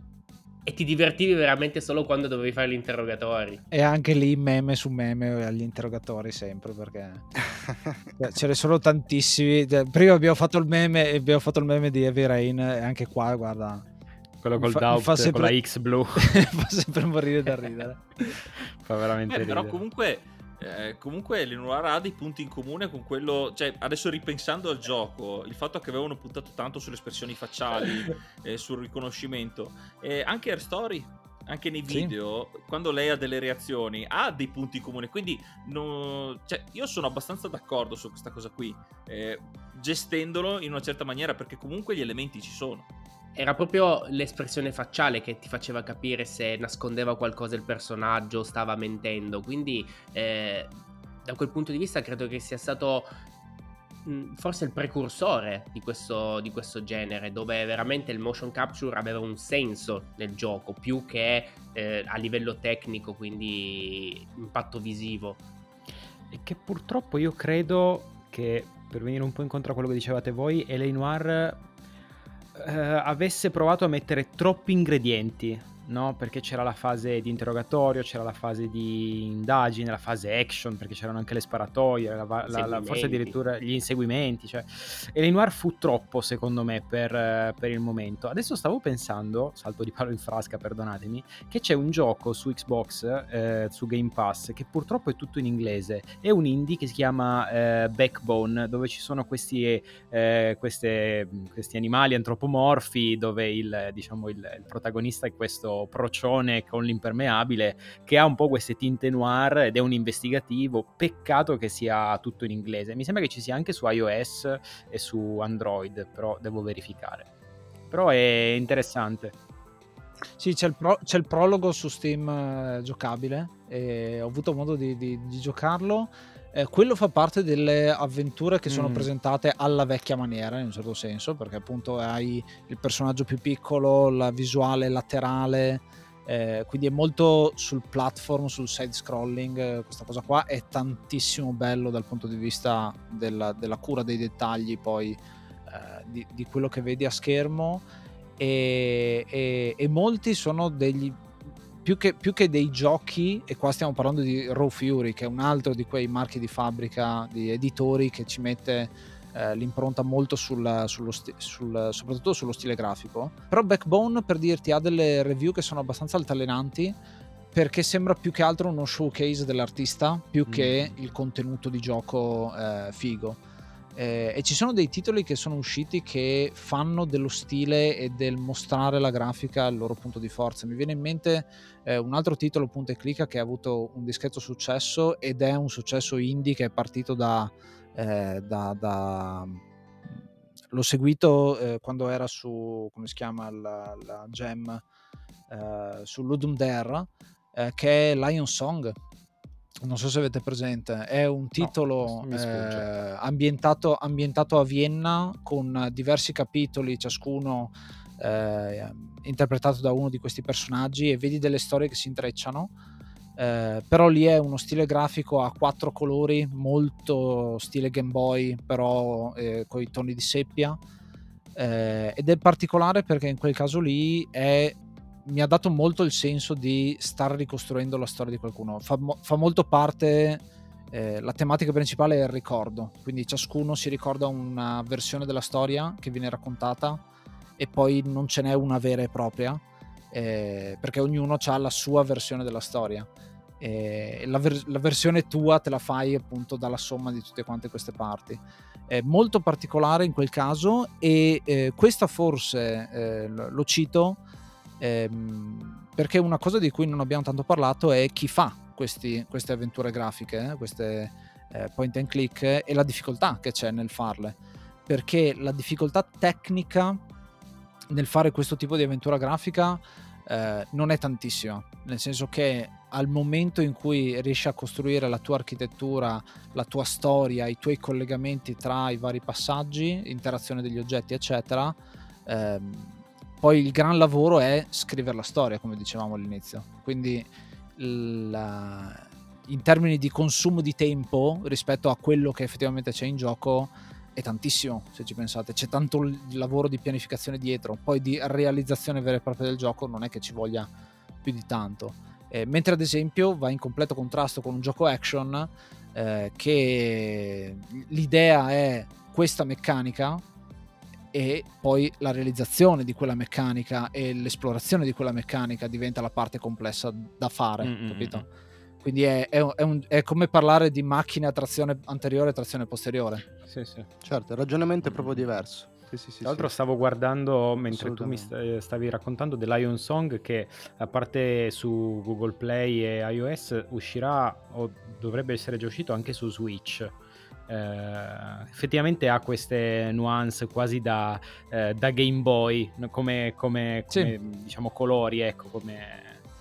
E ti divertivi veramente solo quando dovevi fare gli interrogatori. E anche lì meme su meme agli interrogatori sempre, perché ce ne sono tantissimi. Prima abbiamo fatto il meme abbiamo fatto il meme di Heavy Rain, e anche qua guarda, quello col fa, doubt, fa sempre, con la X blu. fa sempre morire da ridere. Fa veramente Beh, ridere. però comunque Eh, comunque L A Noire ha dei punti in comune con quello, cioè adesso ripensando al gioco, il fatto che avevano puntato tanto sulle espressioni facciali, eh, sul riconoscimento, e anche Her Story, anche nei video, sì, quando lei ha delle reazioni ha dei punti in comune, quindi no, cioè, io sono abbastanza d'accordo su questa cosa qui, eh, gestendolo in una certa maniera, perché comunque gli elementi ci sono. Era proprio l'espressione facciale che ti faceva capire se nascondeva qualcosa il personaggio, stava mentendo. Quindi eh, da quel punto di vista credo che sia stato mh, forse il precursore di questo, di questo genere, dove veramente il motion capture aveva un senso nel gioco, più che eh, a livello tecnico, quindi impatto visivo. E che purtroppo io credo che, per venire un po' incontro a quello che dicevate voi, L A Noire Uh, avesse provato a mettere troppi ingredienti, no? Perché c'era la fase di interrogatorio, c'era la fase di indagine, la fase action, perché c'erano anche le sparatorie, la, la, la, forse addirittura gli inseguimenti, cioè L A Noire fu troppo secondo me per, uh, per il momento. Adesso stavo pensando, salto di palo in frasca, perdonatemi, che c'è un gioco su Xbox, eh, su Game Pass, che purtroppo è tutto in inglese, è un indie che si chiama eh, Backbone, dove ci sono questi, eh, queste, questi animali antropomorfi, dove il, diciamo, il, il protagonista è questo procione con l'impermeabile che ha un po' queste tinte noir ed è un investigativo. Peccato che sia tutto in inglese. Mi sembra che ci sia anche su iOS e su Android, però devo verificare. Però è interessante. Sì, c'è il, pro- c'è il prologo su Steam eh, giocabile, e ho avuto modo di, di, di giocarlo. Eh, quello fa parte delle avventure che sono mm. presentate alla vecchia maniera, in un certo senso, perché appunto hai il personaggio più piccolo, la visuale laterale, eh, quindi è molto sul platform, sul side scrolling. Eh, questa cosa qua è tantissimo bello dal punto di vista della, della cura dei dettagli, poi eh, di, di quello che vedi a schermo, e, e, e molti sono degli Più che, più che dei giochi, e qua stiamo parlando di Raw Fury, che è un altro di quei marchi di fabbrica, di editori, che ci mette eh, l'impronta molto sul, sullo sti- sul, soprattutto sullo stile grafico. Però Backbone, per dirti, ha delle review che sono abbastanza altalenanti, perché sembra più che altro uno showcase dell'artista, più mm. che il contenuto di gioco eh, figo. Eh, e ci sono dei titoli che sono usciti che fanno dello stile e del mostrare la grafica il loro punto di forza. Mi viene in mente eh, un altro titolo punta e clicca che ha avuto un discreto successo, ed è un successo indie che è partito da, eh, da, da... l'ho seguito eh, quando era su, come si chiama, la, la Gem, eh, su Ludum Dare, eh, che è Lion Song. Non so se avete presente, è un titolo no, eh, ambientato, ambientato a Vienna, con diversi capitoli, ciascuno eh, interpretato da uno di questi personaggi, e vedi delle storie che si intrecciano, eh, però lì è uno stile grafico a quattro colori, molto stile Game Boy, però eh, con i toni di seppia, eh, ed è particolare perché in quel caso lì è mi ha dato molto il senso di star ricostruendo la storia di qualcuno. Fa, mo- fa molto parte, eh, la tematica principale è il ricordo, quindi ciascuno si ricorda una versione della storia che viene raccontata, e poi non ce n'è una vera e propria, eh, perché ognuno ha la sua versione della storia. Eh, la, ver- la versione tua te la fai appunto dalla somma di tutte quante queste parti. È molto particolare in quel caso, e eh, questa forse eh, lo cito ehm, perché una cosa di cui non abbiamo tanto parlato è chi fa questi, queste avventure grafiche, eh, queste eh, point and click, e la difficoltà che c'è nel farle, perché la difficoltà tecnica nel fare questo tipo di avventura grafica eh, non è tantissima, nel senso che al momento in cui riesci a costruire la tua architettura, la tua storia, i tuoi collegamenti tra i vari passaggi, interazione degli oggetti eccetera, ehm, poi il gran lavoro è scrivere la storia, come dicevamo all'inizio. Quindi la... in termini di consumo di tempo rispetto a quello che effettivamente c'è in gioco è tantissimo, se ci pensate. C'è tanto il lavoro di pianificazione dietro, poi di realizzazione vera e propria del gioco non è che ci voglia più di tanto. Eh, mentre ad esempio va in completo contrasto con un gioco action eh, che l'idea è questa meccanica e poi la realizzazione di quella meccanica e l'esplorazione di quella meccanica diventa la parte complessa da fare, mm-hmm. capito? Quindi è, è, è, un, è come parlare di macchine a trazione anteriore e trazione posteriore. Sì, sì. Certo, il ragionamento è proprio diverso. Sì, sì, sì, Tra l'altro sì. stavo guardando, mentre tu mi stavi raccontando, The Lion Song, che a parte su Google Play e iOS uscirà, o dovrebbe essere già uscito anche su Switch. Uh, effettivamente ha queste nuance quasi da, uh, da Game Boy, come, come, come sì. diciamo colori, ecco, come,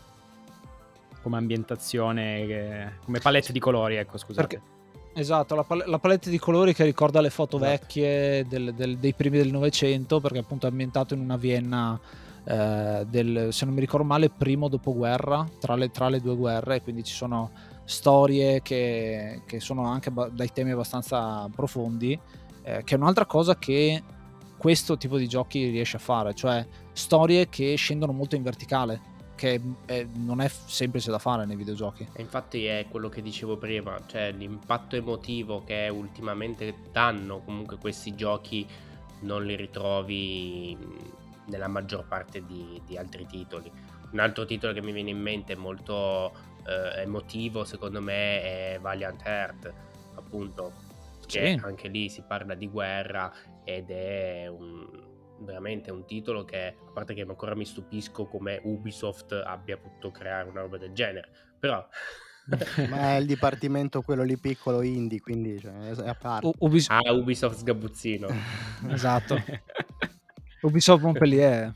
come ambientazione, come palette di colori, ecco, scusate. Perché, esatto, la, pal- la palette di colori che ricorda le foto esatto. vecchie del, del, dei primi del Novecento, perché appunto è ambientato in una Vienna eh, del, se non mi ricordo male, primo dopoguerra, tra le, tra le due guerre, e quindi ci sono storie che, che sono anche ba- dai temi abbastanza profondi, eh, che è un'altra cosa che questo tipo di giochi riesce a fare, cioè storie che scendono molto in verticale, che è, non è semplice da fare nei videogiochi. E infatti è quello che dicevo prima, cioè l'impatto emotivo che ultimamente danno comunque questi giochi non li ritrovi nella maggior parte di, di altri titoli. Un altro titolo che mi viene in mente molto Uh, emotivo secondo me è Valiant Heart, appunto, che sì. anche lì si parla di guerra ed è un, veramente un titolo che, a parte che ancora mi stupisco come Ubisoft abbia potuto creare una roba del genere, però ma è il dipartimento quello lì piccolo indie, quindi cioè, è a parte. U- Ubis- ah Ubisoft sgabuzzino. Esatto. Ubisoft Montpellier.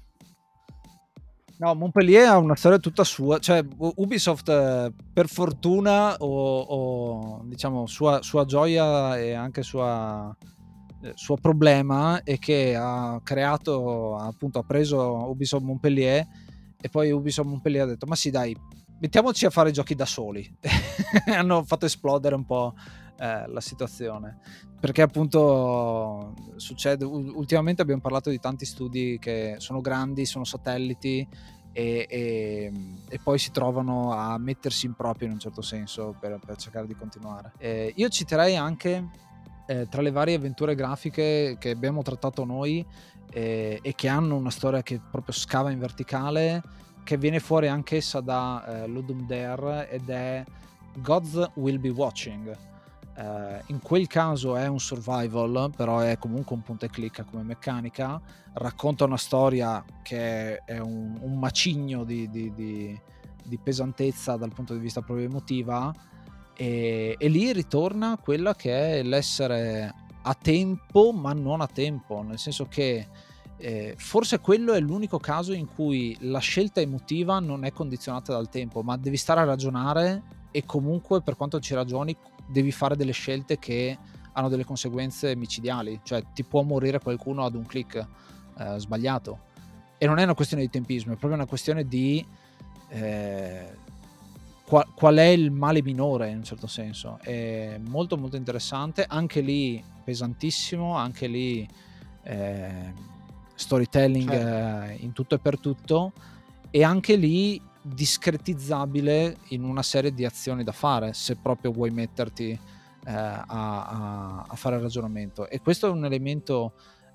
No, Montpellier ha una storia tutta sua, cioè Ubisoft eh, per fortuna o, o diciamo sua, sua gioia e anche sua, eh, suo problema è che ha creato, appunto ha preso Ubisoft Montpellier e poi Ubisoft Montpellier ha detto ma sì dai, mettiamoci a fare giochi da soli. Hanno fatto esplodere un po' eh, la situazione, perché appunto succede, ultimamente abbiamo parlato di tanti studi che sono grandi, sono satelliti e, e, e poi si trovano a mettersi in proprio in un certo senso per, per cercare di continuare. Eh, io citerei anche eh, tra le varie avventure grafiche che abbiamo trattato noi eh, e che hanno una storia che proprio scava in verticale, che viene fuori anch'essa da eh, Ludum Dare, ed è Gods Will Be Watching. Uh, in quel caso è un survival, però è comunque un punta e clicca come meccanica, racconta una storia che è un, un macigno di, di, di, di pesantezza dal punto di vista proprio emotiva, e, e lì ritorna quella che è l'essere a tempo ma non a tempo, nel senso che eh, forse quello è l'unico caso in cui la scelta emotiva non è condizionata dal tempo, ma devi stare a ragionare e comunque per quanto ci ragioni devi fare delle scelte che hanno delle conseguenze micidiali, cioè ti può morire qualcuno ad un click eh, sbagliato, e non è una questione di tempismo, è proprio una questione di eh, qual, qual è il male minore in un certo senso. È molto molto interessante, anche lì pesantissimo, anche lì eh, storytelling certo. eh, in tutto e per tutto, e anche lì discretizzabile in una serie di azioni da fare se proprio vuoi metterti eh, a, a, a fare il ragionamento, e questo è un elemento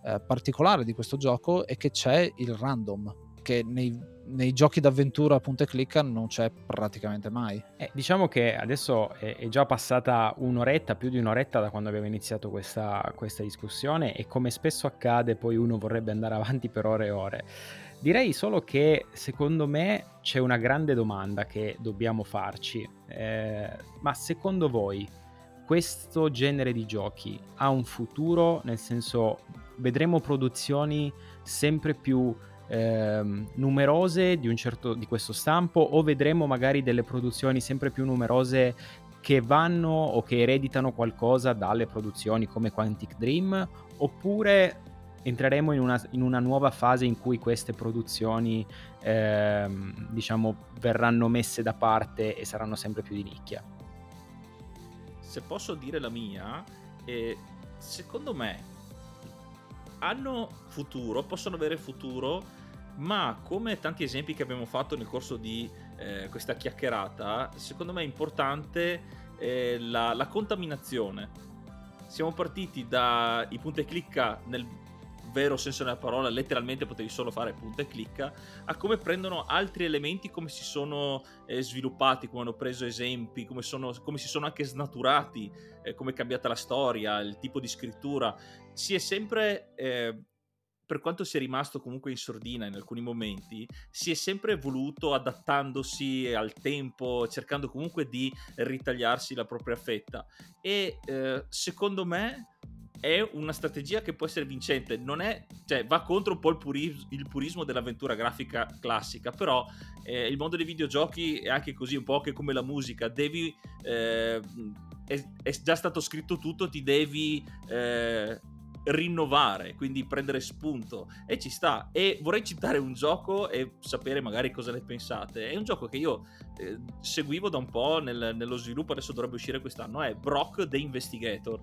eh, particolare di questo gioco è che c'è il random, che nei, nei giochi d'avventura punta e clicca non c'è praticamente mai. Eh, diciamo che adesso è, è già passata un'oretta, più di un'oretta da quando abbiamo iniziato questa, questa discussione, e come spesso accade poi uno vorrebbe andare avanti per ore e ore. Direi solo che secondo me c'è una grande domanda che dobbiamo farci, eh, ma secondo voi questo genere di giochi ha un futuro? Nel senso, vedremo produzioni sempre più ehm, numerose di un certo di questo stampo, o vedremo magari delle produzioni sempre più numerose che vanno o che ereditano qualcosa dalle produzioni come Quantic Dream, oppure entreremo in una, in una nuova fase in cui queste produzioni ehm, diciamo verranno messe da parte e saranno sempre più di nicchia? Se posso dire la mia, eh, secondo me hanno futuro, possono avere futuro, ma come tanti esempi che abbiamo fatto nel corso di eh, questa chiacchierata, secondo me è importante eh, la, la contaminazione. Siamo partiti dai punta e clicca nel vero senso della parola, letteralmente potevi solo fare punta e clicca, a come prendono altri elementi, come si sono eh, sviluppati, come hanno preso esempi, come, sono, come si sono anche snaturati, eh, come è cambiata la storia, il tipo di scrittura. Si è sempre, eh, per quanto sia rimasto comunque in sordina in alcuni momenti, si è sempre evoluto adattandosi al tempo, cercando comunque di ritagliarsi la propria fetta, e eh, secondo me è una strategia che può essere vincente. Non è, cioè, va contro un po' il, puris- il purismo dell'avventura grafica classica, però eh, il mondo dei videogiochi è anche così, un po' che come la musica, devi eh, è, è già stato scritto tutto, ti devi eh, rinnovare, quindi prendere spunto, e ci sta. E vorrei citare un gioco e sapere magari cosa ne pensate. È un gioco che io eh, seguivo da un po' nel, nello sviluppo, adesso dovrebbe uscire quest'anno, è Brock the Investigator,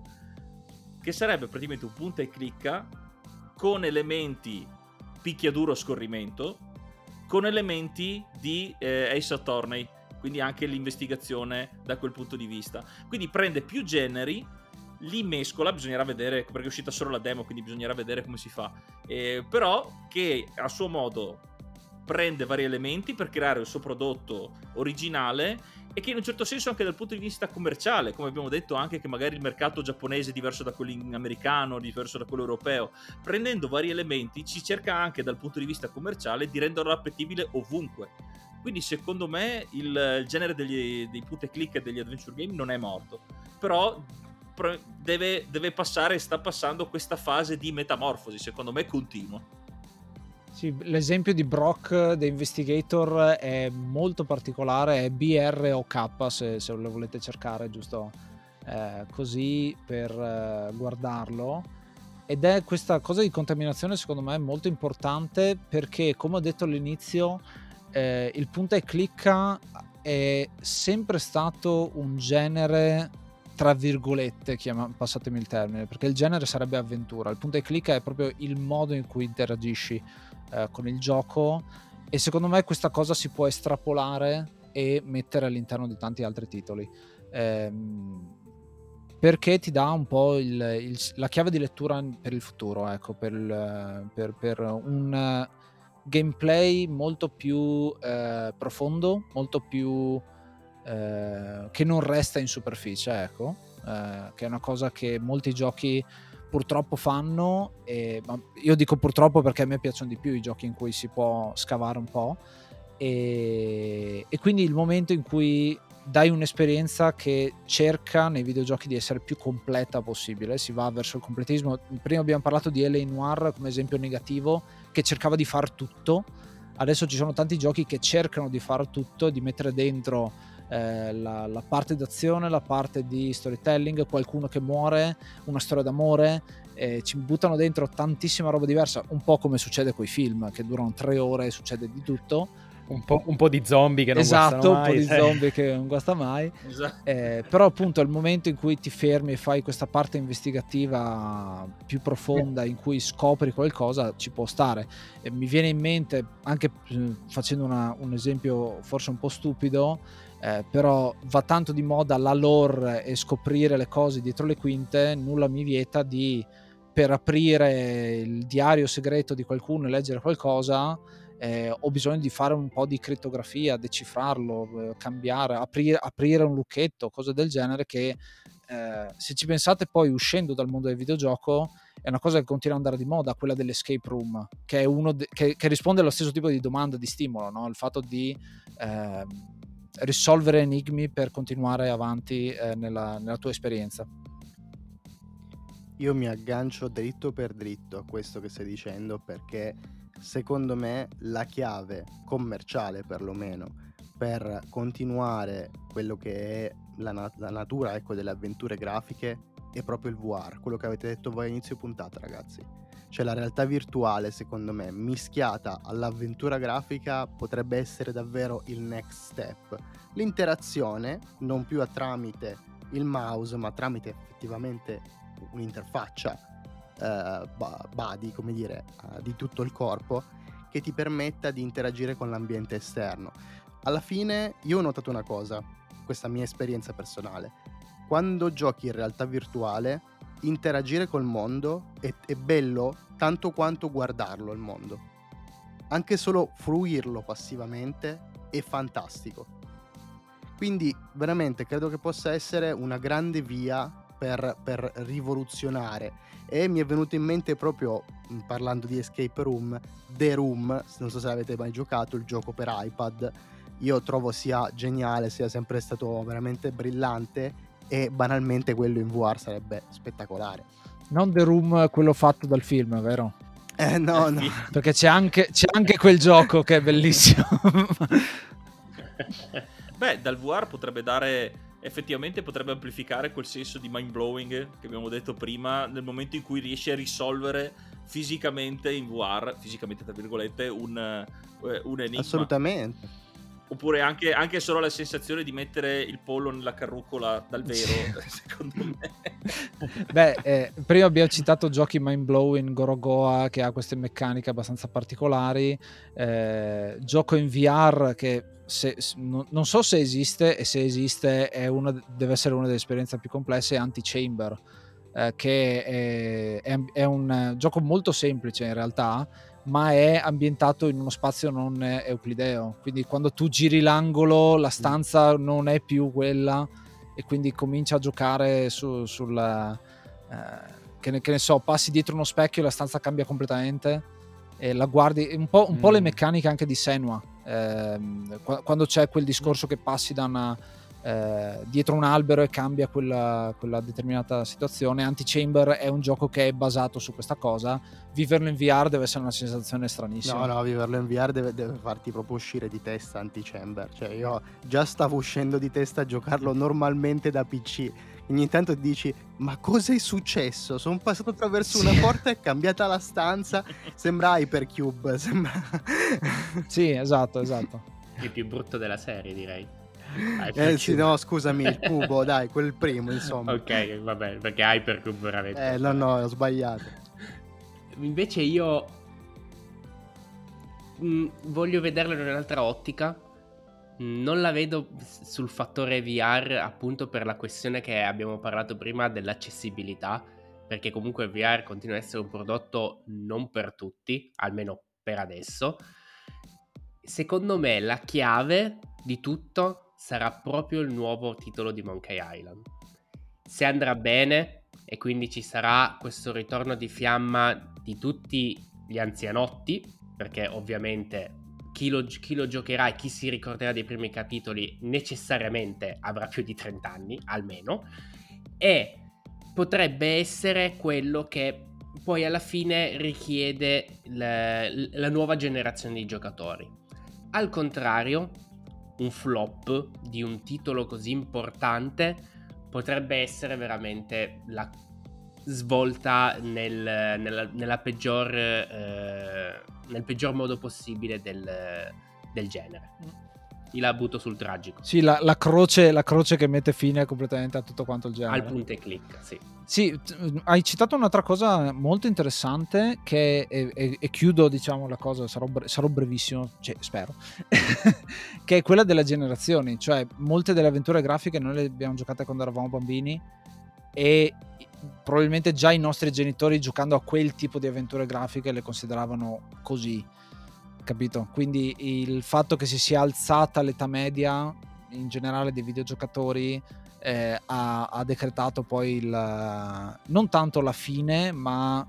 che sarebbe praticamente un punta e clicca con elementi picchiaduro scorrimento, con elementi di eh, Ace Attorney, quindi anche l'investigazione da quel punto di vista. Quindi prende più generi, li mescola, bisognerà vedere, perché è uscita solo la demo, quindi bisognerà vedere come si fa, eh, però che a suo modo prende vari elementi per creare il suo prodotto originale, e che in un certo senso anche dal punto di vista commerciale, come abbiamo detto, anche che magari il mercato giapponese è diverso da quello americano, diverso da quello europeo, prendendo vari elementi ci cerca anche dal punto di vista commerciale di renderlo appetibile ovunque. Quindi secondo me il, il genere degli, dei punta e click e degli adventure game non è morto, però deve, deve passare, sta passando questa fase di metamorfosi, secondo me continua. Sì, l'esempio di Brock The Investigator è molto particolare, è B R O K se, se lo volete cercare, giusto eh, così per eh, guardarlo, ed è questa cosa di contaminazione secondo me molto importante, perché come ho detto all'inizio eh, il punta e clicca è sempre stato un genere tra virgolette, chiama, passatemi il termine, perché il genere sarebbe avventura, il punta e clicca è proprio il modo in cui interagisci eh, con il gioco, e secondo me questa cosa si può estrapolare e mettere all'interno di tanti altri titoli, ehm, perché ti dà un po' il, il, la chiave di lettura per il futuro, ecco, per, il, per, per un gameplay molto più eh, profondo, molto più Eh, che non resta in superficie, ecco, eh, che è una cosa che molti giochi purtroppo fanno, e, ma io dico purtroppo perché a me piacciono di più i giochi in cui si può scavare un po', e, e quindi il momento in cui dai un'esperienza che cerca nei videogiochi di essere più completa possibile, si va verso il completismo. Prima abbiamo parlato di L A Noire come esempio negativo, che cercava di far tutto. Adesso ci sono tanti giochi che cercano di far tutto, di mettere dentro Eh, la, la parte d'azione, la parte di storytelling, qualcuno che muore, una storia d'amore, eh, ci buttano dentro tantissima roba diversa, un po' come succede con i film che durano tre ore e succede di tutto, un po', un po' di zombie che non esatto, guastano mai, un po' di sai? zombie che non guasta mai, Esatto. eh, però appunto al momento in cui ti fermi e fai questa parte investigativa più profonda in cui scopri qualcosa, ci può stare. E mi viene in mente anche eh, facendo una, un esempio forse un po' stupido, Eh, però va tanto di moda la lore e scoprire le cose dietro le quinte, nulla mi vieta di per aprire il diario segreto di qualcuno e leggere qualcosa eh, ho bisogno di fare un po' di crittografia, decifrarlo, eh, cambiare, aprire, aprire un lucchetto, cose del genere che eh, se ci pensate poi uscendo dal mondo del videogioco è una cosa che continua ad andare di moda, quella dell'escape room, che è uno de- che, che risponde allo stesso tipo di domanda, di stimolo, no? Il fatto di eh, risolvere enigmi per continuare avanti eh, nella, nella tua esperienza. Io mi aggancio dritto per dritto a questo che stai dicendo, perché secondo me la chiave commerciale perlomeno per continuare quello che è la, nat- la natura, ecco, delle avventure grafiche è proprio il V R, quello che avete detto voi a inizio puntata, ragazzi. Cioè la realtà virtuale, secondo me, mischiata all'avventura grafica potrebbe essere davvero il next step. L'interazione non più a tramite il mouse, ma tramite effettivamente un'interfaccia uh, body, come dire, uh, di tutto il corpo, che ti permetta di interagire con l'ambiente esterno. Alla fine io ho notato una cosa, questa mia esperienza personale: quando giochi in realtà virtuale interagire col mondo è, è bello tanto quanto guardarlo il mondo, anche solo fruirlo passivamente è fantastico. Quindi veramente credo che possa essere una grande via per, per rivoluzionare, e mi è venuto in mente proprio, parlando di escape room, The Room, non so se l'avete mai giocato, il gioco per iPad. Io trovo sia geniale, sia sempre stato veramente brillante, e banalmente quello in V R sarebbe spettacolare. Non The Room, quello fatto dal film, vero? Eh no, no. Perché c'è anche, c'è anche quel gioco che è bellissimo. Beh, dal V R potrebbe dare, effettivamente potrebbe amplificare quel senso di mind blowing che abbiamo detto prima, nel momento in cui riesci a risolvere fisicamente in V R, fisicamente tra virgolette, un, un enigma. Assolutamente. Oppure anche, anche solo la sensazione di mettere il pollo nella carrucola dal vero, secondo me. Beh, eh, prima abbiamo citato giochi mind blowing, Gorogoa, che ha queste meccaniche abbastanza particolari, eh, gioco in V R che se, no, non so se esiste, e se esiste è una, deve essere una delle esperienze più complesse, è Antichamber, eh, che è, è, è un gioco molto semplice in realtà, ma è ambientato in uno spazio non euclideo, quindi quando tu giri l'angolo la stanza non è più quella, e quindi comincia a giocare su, sul eh, che, ne, che ne so, passi dietro uno specchio e la stanza cambia completamente e la guardi, un po', un mm. po' le meccaniche anche di Senua, eh, quando c'è quel discorso che passi da una Eh, dietro un albero e cambia quella, quella determinata situazione. Antichamber è un gioco che è basato su questa cosa. Viverlo in V R deve essere una sensazione stranissima. No, no, viverlo in V R deve, deve farti proprio uscire di testa Antichamber. Cioè io già stavo uscendo di testa a giocarlo normalmente da P C. Ogni tanto ti dici: ma cosa è successo? Sono passato attraverso sì. una porta e è cambiata la stanza. Sembra Hypercube, sembra... Sì, esatto, esatto. Il più brutto della serie, direi. Eh sì, no, scusami, il cubo, dai, quel primo, insomma. Ok, va bene, perché Hypercube veramente. Eh, no, no, ho sbagliato. Invece io mh, voglio vederlo in un'altra ottica. Non la vedo sul fattore V R, appunto per la questione che abbiamo parlato prima dell'accessibilità, perché comunque V R continua a essere un prodotto non per tutti, almeno per adesso. Secondo me la chiave di tutto sarà proprio il nuovo titolo di Monkey Island. Se andrà bene e quindi ci sarà questo ritorno di fiamma di tutti gli anzianotti, perché ovviamente chi lo, chi lo giocherà e chi si ricorderà dei primi capitoli necessariamente avrà più di trenta anni, almeno, e potrebbe essere quello che poi alla fine richiede la, la nuova generazione di giocatori. Al contrario, un flop di un titolo così importante potrebbe essere veramente la svolta nel, nella, nella peggior, eh, nel peggior modo possibile del, del genere. La butto sul tragico. Sì, la, la, croce, la croce che mette fine completamente a tutto quanto il genere. Al punto e clic, sì. Sì, hai citato un'altra cosa molto interessante che e, e, e chiudo, diciamo, la cosa, sarò, bre- sarò brevissimo, cioè, spero, che è quella delle generazioni. Cioè molte delle avventure grafiche noi le abbiamo giocate quando eravamo bambini e probabilmente già i nostri genitori, giocando a quel tipo di avventure grafiche, le consideravano così, capito? Quindi il fatto che si sia alzata l'età media in generale dei videogiocatori eh, ha, ha decretato poi il, non tanto la fine, ma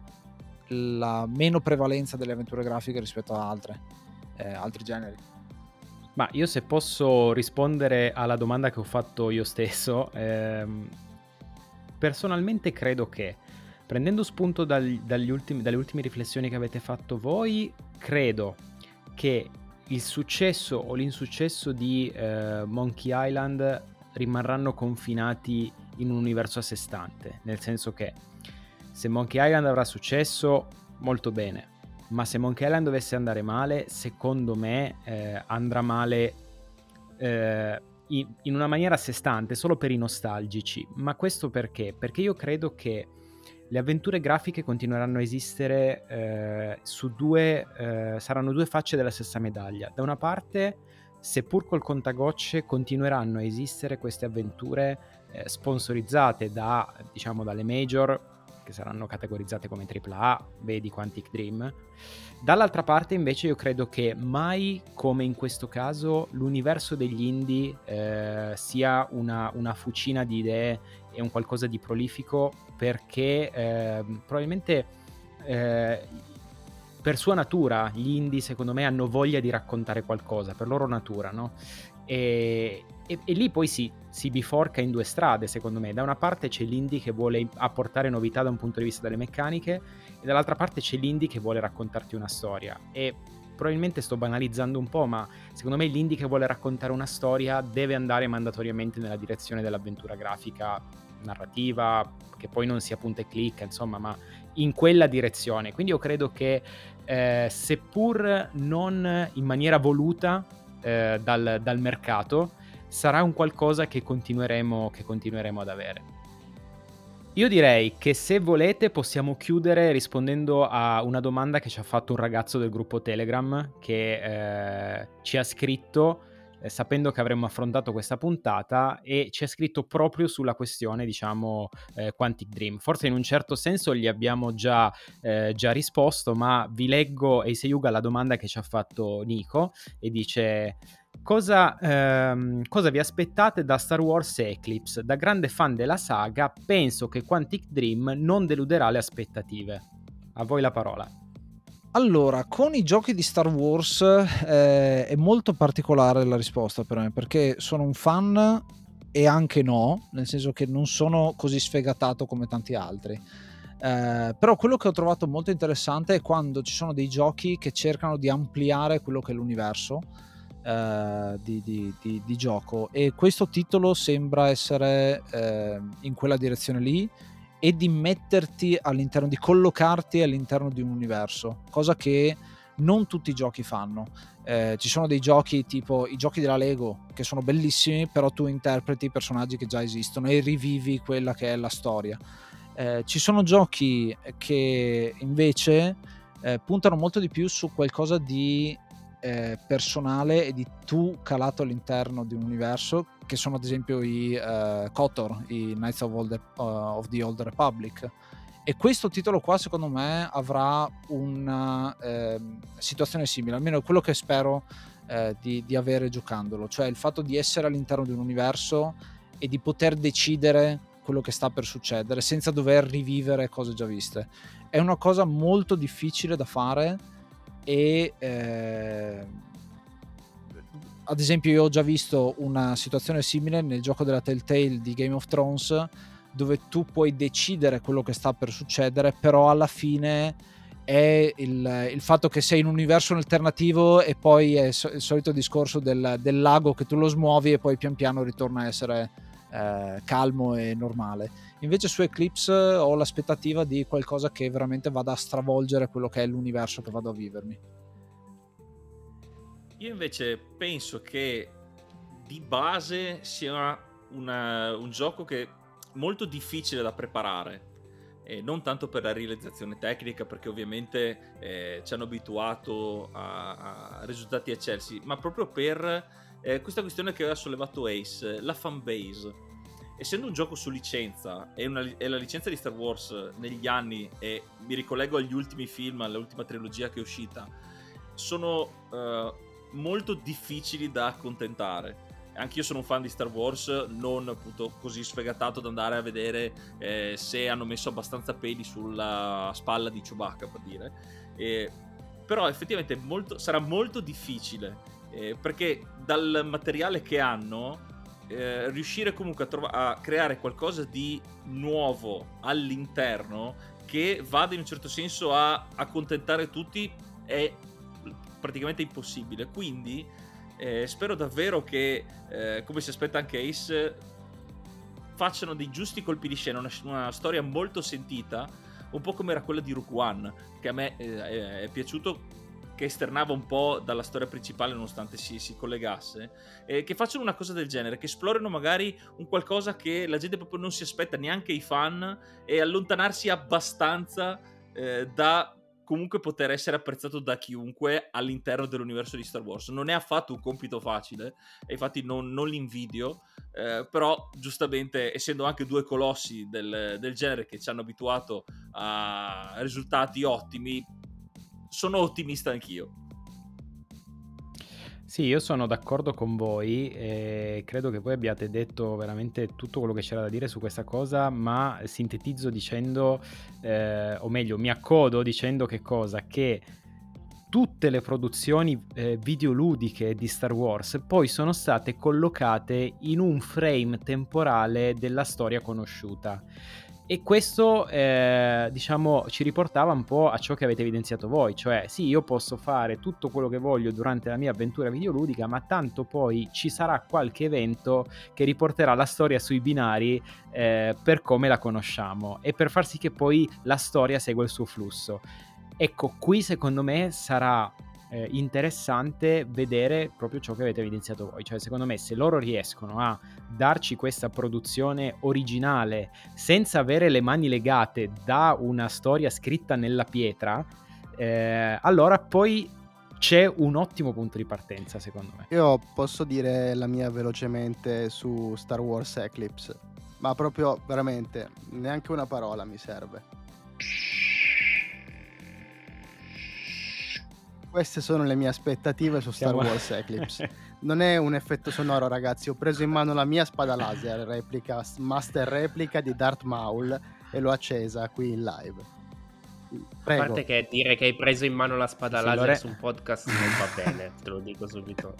la meno prevalenza delle avventure grafiche rispetto a altre, eh, altri generi. Ma io, se posso rispondere alla domanda che ho fatto io stesso, ehm, personalmente credo che, prendendo spunto dal, dagli ultimi, dalle ultime riflessioni che avete fatto voi, credo che il successo o l'insuccesso di eh, Monkey Island rimarranno confinati in un universo a sé stante, nel senso che se Monkey Island avrà successo, molto bene, ma se Monkey Island dovesse andare male, secondo me eh, andrà male eh, in, in una maniera a sé stante, solo per i nostalgici. Ma questo perché? Perché io credo che le avventure grafiche continueranno a esistere eh, su due, eh, saranno due facce della stessa medaglia. Da una parte, seppur col contagocce, continueranno a esistere queste avventure eh, sponsorizzate da, diciamo, dalle major, che saranno categorizzate come tripla A, vedi Quantic Dream. Dall'altra parte invece io credo che mai come in questo caso l'universo degli indie eh, sia una, una fucina di idee e un qualcosa di prolifico, perché eh, probabilmente eh, per sua natura gli indie, secondo me, hanno voglia di raccontare qualcosa, per loro natura, no? E, e, e lì poi si, si biforca in due strade, secondo me. Da una parte c'è l'indie che vuole apportare novità da un punto di vista delle meccaniche, e dall'altra parte c'è l'indie che vuole raccontarti una storia. E probabilmente sto banalizzando un po', ma secondo me l'indie che vuole raccontare una storia deve andare mandatoriamente nella direzione dell'avventura grafica, narrativa, che poi non sia punta e clicca, insomma, ma in quella direzione. Quindi io credo che eh, seppur non in maniera voluta eh, dal, dal mercato, sarà un qualcosa che continueremo, che continueremo ad avere. Io direi che, se volete, possiamo chiudere rispondendo a una domanda che ci ha fatto un ragazzo del gruppo Telegram, che eh, ci ha scritto eh, sapendo che avremmo affrontato questa puntata, e ci ha scritto proprio sulla questione, diciamo, eh, Quantic Dream. Forse in un certo senso gli abbiamo già, eh, già risposto, ma vi leggo, Ace Yuga, la domanda che ci ha fatto Nico, e dice: Cosa, ehm, cosa vi aspettate da Star Wars Eclipse? Da grande fan della saga, penso che Quantic Dream non deluderà le aspettative. A voi la parola. Allora, con i giochi di Star Wars eh, è molto particolare la risposta per me, perché sono un fan e anche no, nel senso che non sono così sfegatato come tanti altri. Eh, però quello che ho trovato molto interessante è quando ci sono dei giochi che cercano di ampliare quello che è l'universo Uh, di, di, di, di gioco, e questo titolo sembra essere uh, in quella direzione lì, e di metterti all'interno, di collocarti all'interno di un universo, cosa che non tutti i giochi fanno. Uh, ci sono dei giochi tipo i giochi della Lego che sono bellissimi, però tu interpreti i personaggi che già esistono e rivivi quella che è la storia. Uh, ci sono giochi che invece uh, puntano molto di più su qualcosa di Eh, personale e di tu calato all'interno di un universo, che sono ad esempio i uh, KOTOR, i Knights of, Old, uh, of the Old Republic, e questo titolo qua secondo me avrà una eh, situazione simile, almeno è quello che spero eh, di, di avere giocandolo, cioè il fatto di essere all'interno di un universo e di poter decidere quello che sta per succedere senza dover rivivere cose già viste. È una cosa molto difficile da fare, e eh, ad esempio io ho già visto una situazione simile nel gioco della Telltale di Game of Thrones, dove tu puoi decidere quello che sta per succedere, però alla fine è il, il fatto che sei in un universo alternativo, e poi è il solito discorso del, del lago che tu lo smuovi e poi pian piano ritorna a essere eh, calmo e normale. Invece su Eclipse ho l'aspettativa di qualcosa che veramente vada a stravolgere quello che è l'universo che vado a vivermi. Io invece penso che di base sia una, un gioco che è molto difficile da preparare, e non tanto per la realizzazione tecnica, perché ovviamente eh, ci hanno abituato a, a risultati eccelsi, ma proprio per eh, questa questione che aveva sollevato Ace, la fanbase. essendo un gioco su licenza e, una, e la licenza di Star Wars negli anni, e mi ricollego agli ultimi film, all'ultima trilogia che è uscita, sono uh, molto difficili da accontentare. Anch'io sono un fan di Star Wars, non appunto così sfegatato da andare a vedere eh, se hanno messo abbastanza peli sulla spalla di Chewbacca, per dire. Eh, però effettivamente molto, sarà molto difficile, eh, perché dal materiale che hanno, eh, riuscire comunque a, trova- a creare qualcosa di nuovo all'interno che vada in un certo senso a accontentare tutti è praticamente impossibile. Quindi Eh, spero davvero che, eh, come si aspetta anche Ace, facciano dei giusti colpi di scena, una, una storia molto sentita, un po' come era quella di Rogue One, che a me eh, è, è piaciuto, che esternava un po' dalla storia principale nonostante si, si collegasse, eh, che facciano una cosa del genere, che esplorino magari un qualcosa che la gente proprio non si aspetta, neanche i fan, e allontanarsi abbastanza eh, da comunque poter essere apprezzato da chiunque all'interno dell'universo di Star Wars. Non è affatto un compito facile, e infatti non, non li invidio, eh, però giustamente, essendo anche due colossi del, del genere che ci hanno abituato a risultati ottimi, sono ottimista anch'io. Sì, io sono d'accordo con voi e credo che voi abbiate detto veramente tutto quello che c'era da dire su questa cosa, ma sintetizzo dicendo, eh, o meglio, mi accodo dicendo che cosa? Che tutte le produzioni eh, videoludiche di Star Wars poi sono state collocate in un frame temporale della storia conosciuta. E questo, eh, diciamo, ci riportava un po' a ciò che avete evidenziato voi, cioè sì, io posso fare tutto quello che voglio durante la mia avventura videoludica, ma tanto poi ci sarà qualche evento che riporterà la storia sui binari eh, per come la conosciamo e per far sì che poi la storia segua il suo flusso. Ecco, qui secondo me sarà eh, interessante vedere proprio ciò che avete evidenziato voi, cioè secondo me se loro riescono a darci questa produzione originale senza avere le mani legate da una storia scritta nella pietra, eh, allora poi c'è un ottimo punto di partenza secondo me. Io posso dire la mia velocemente su Star Wars Eclipse, ma proprio veramente neanche una parola mi serve. Queste sono le mie aspettative su Star Siamo... Wars Eclipse. Non è un effetto sonoro, ragazzi. Ho preso in mano la mia spada laser, replica, master replica di Darth Maul, e l'ho accesa qui in live. Prego. A parte che dire che hai preso in mano la spada sì, laser Lore... su un podcast non va bene, te lo dico subito.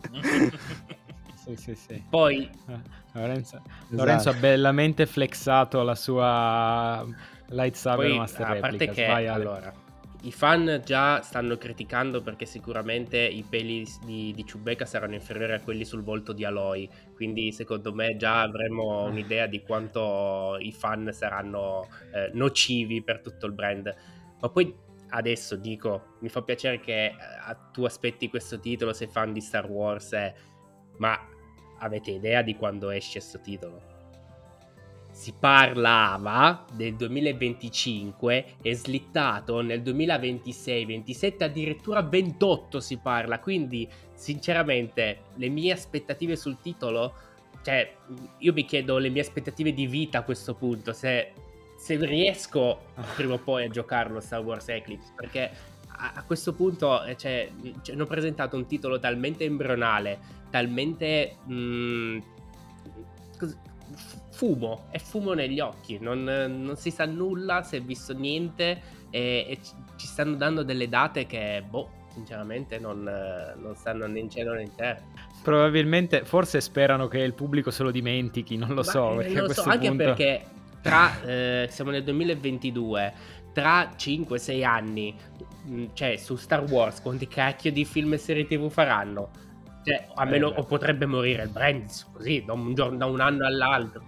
Sì, sì, sì. Poi Lorenzo, esatto. Lorenzo ha bellamente flexato la sua lightsaber Poi, master a parte replica. che Vai, allora i fan già stanno criticando perché sicuramente i peli di, di Chewbacca saranno inferiori a quelli sul volto di Aloy, quindi secondo me già avremo un'idea di quanto i fan saranno eh, nocivi per tutto il brand. Ma poi adesso dico, mi fa piacere che eh, tu aspetti questo titolo, sei fan di Star Wars, eh, ma avete idea di quando esce questo titolo? Si parlava del duemilaventicinque, è slittato nel duemilaventisei ventisette, addirittura ventotto si parla, quindi sinceramente le mie aspettative sul titolo, cioè io mi chiedo le mie aspettative di vita a questo punto, se, se riesco prima o poi a giocarlo Star Wars Eclipse, perché a, a questo punto cioè, ci hanno presentato un titolo talmente embrionale, talmente mh, cos- fumo, è fumo negli occhi, non, non si sa nulla, si è visto niente e, e ci stanno dando delle date che, boh, sinceramente non, non stanno né in cielo né in terra. Probabilmente, forse sperano che il pubblico se lo dimentichi, non lo Ma, so. eh, Perché non a lo questo so, anche punto... perché tra, eh, siamo nel duemilaventidue, tra cinque sei anni, mh, cioè su Star Wars, quanti cacchio di film e serie tv faranno? Cioè, a meno, Eh, o potrebbe morire il brand così, da un, giorno, da un anno all'altro.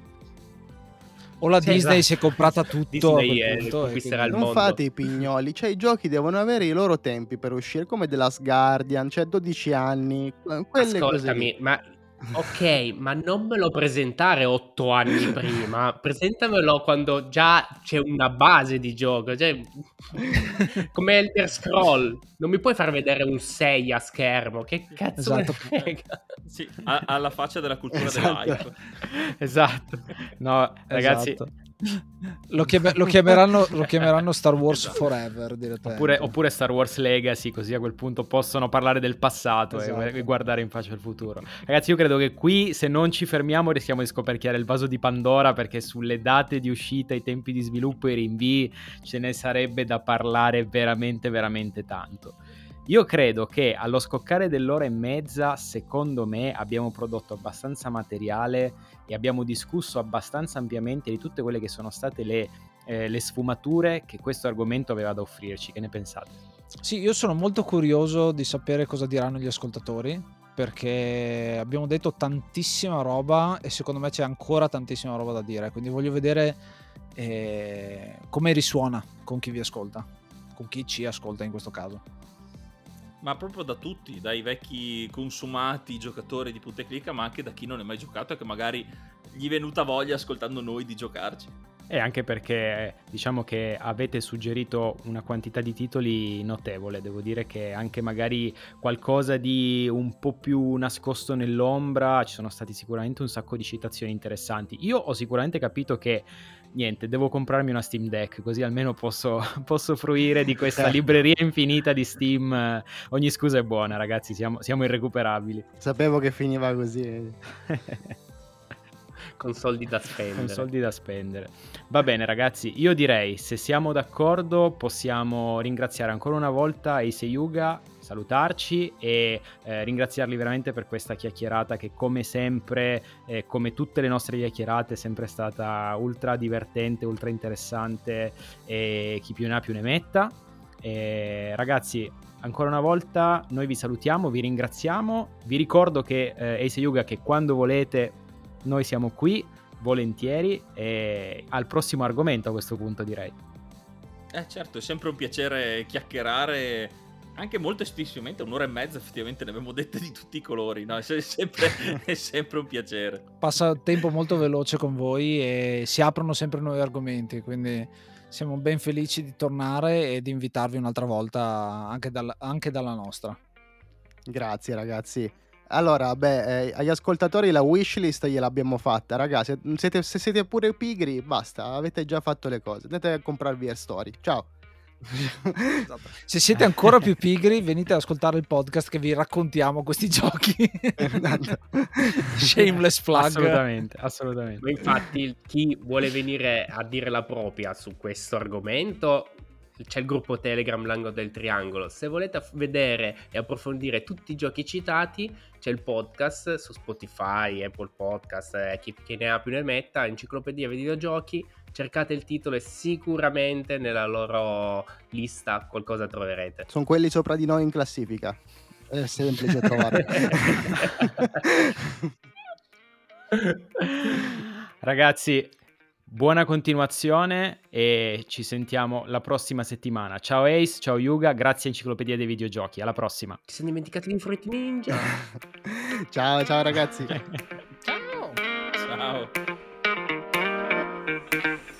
O la Sì, Disney esatto. si è comprata tutto Disney, a quel eh, punto, conquisterà e il Non mondo. fate i pignoli, cioè i giochi devono avere i loro tempi per uscire, come The Last Guardian, cioè dodici anni, quelle cose Ascoltami, lì. ma Ok, ma non me lo presentare otto anni prima, presentamelo quando già c'è una base di gioco, cioè come Elder Scroll, non mi puoi far vedere un sei a schermo, che cazzo me ne Esatto. frega? Sì, ha- alla faccia della cultura Esatto. dell'hype. Esatto. No, ragazzi, Esatto. Lo, chiam- lo chiameranno, lo chiameranno Star Wars Esatto. Forever direttamente. oppure, oppure Star Wars Legacy, così a quel punto possono parlare del passato e- Esatto. e guardare in faccia il futuro. Ragazzi, io credo che qui, se non ci fermiamo, rischiamo di scoperchiare il vaso di Pandora, perché sulle date di uscita, i tempi di sviluppo e i rinvii ce ne sarebbe da parlare veramente, veramente tanto. Io credo che allo scoccare dell'ora e mezza, secondo me, abbiamo prodotto abbastanza materiale e abbiamo discusso abbastanza ampiamente di tutte quelle che sono state le, eh, le sfumature che questo argomento aveva da offrirci. Che ne pensate? Sì, io sono molto curioso di sapere cosa diranno gli ascoltatori, perché abbiamo detto tantissima roba e secondo me c'è ancora tantissima roba da dire, quindi voglio vedere eh, come risuona con chi vi ascolta, con chi ci ascolta in questo caso. Ma proprio da tutti, dai vecchi consumati giocatori di punta e clicca, ma anche da chi non è mai giocato e che magari gli è venuta voglia ascoltando noi di giocarci. E anche perché diciamo che avete suggerito una quantità di titoli notevole. Devo dire che anche magari qualcosa di un po' più nascosto nell'ombra, ci sono stati sicuramente un sacco di citazioni interessanti. Io ho sicuramente capito che niente, devo comprarmi una Steam Deck, così almeno posso, posso fruire di questa libreria infinita di Steam. Ogni scusa è buona, ragazzi, siamo, siamo irrecuperabili. Sapevo che finiva così. Con soldi da spendere. Con soldi da spendere. Va bene, ragazzi, io direi, se siamo d'accordo, possiamo ringraziare ancora una volta Ace e Yuga, salutarci e eh, ringraziarli veramente per questa chiacchierata che, come sempre, eh, come tutte le nostre chiacchierate, è sempre stata ultra divertente, ultra interessante, e chi più ne ha più ne metta. E, ragazzi, ancora una volta noi vi salutiamo, vi ringraziamo, vi ricordo che eh, Ace e Yuga, che quando volete noi siamo qui volentieri, e al prossimo argomento a questo punto, direi. Eh certo, è sempre un piacere chiacchierare, anche molto esclusivamente, un'ora e mezza effettivamente ne abbiamo dette di tutti i colori, no? È sempre, è sempre un piacere. Passa tempo molto veloce con voi e si aprono sempre nuovi argomenti, quindi siamo ben felici di tornare e di invitarvi un'altra volta anche, dal, anche dalla nostra. Grazie ragazzi. Allora, beh, eh, agli ascoltatori la wishlist gliel'abbiamo fatta, ragazzi. Siete, se siete pure pigri, basta, avete già fatto le cose. Andate a comprarvi Air Story. Ciao. Se siete ancora più pigri, venite ad ascoltare il podcast che vi raccontiamo questi giochi. Shameless plug. Assolutamente, assolutamente. Ma infatti, chi vuole venire a dire la propria su questo argomento, c'è il gruppo Telegram L'Angolo del Triangolo. Se volete vedere e approfondire tutti i giochi citati, c'è il podcast su Spotify, Apple Podcast, eh, chi, chi ne ha più ne metta, Enciclopedia Videogiochi. Cercate il titolo e sicuramente nella loro lista qualcosa troverete. Sono quelli sopra di noi in classifica. È semplice trovare. Ragazzi, buona continuazione e ci sentiamo la prossima settimana. Ciao Ace, ciao Yuga, grazie Enciclopedia dei Videogiochi, alla prossima. Ci siamo dimenticati di Fruit Ninja. Ciao, ciao ragazzi. Ciao. Ciao.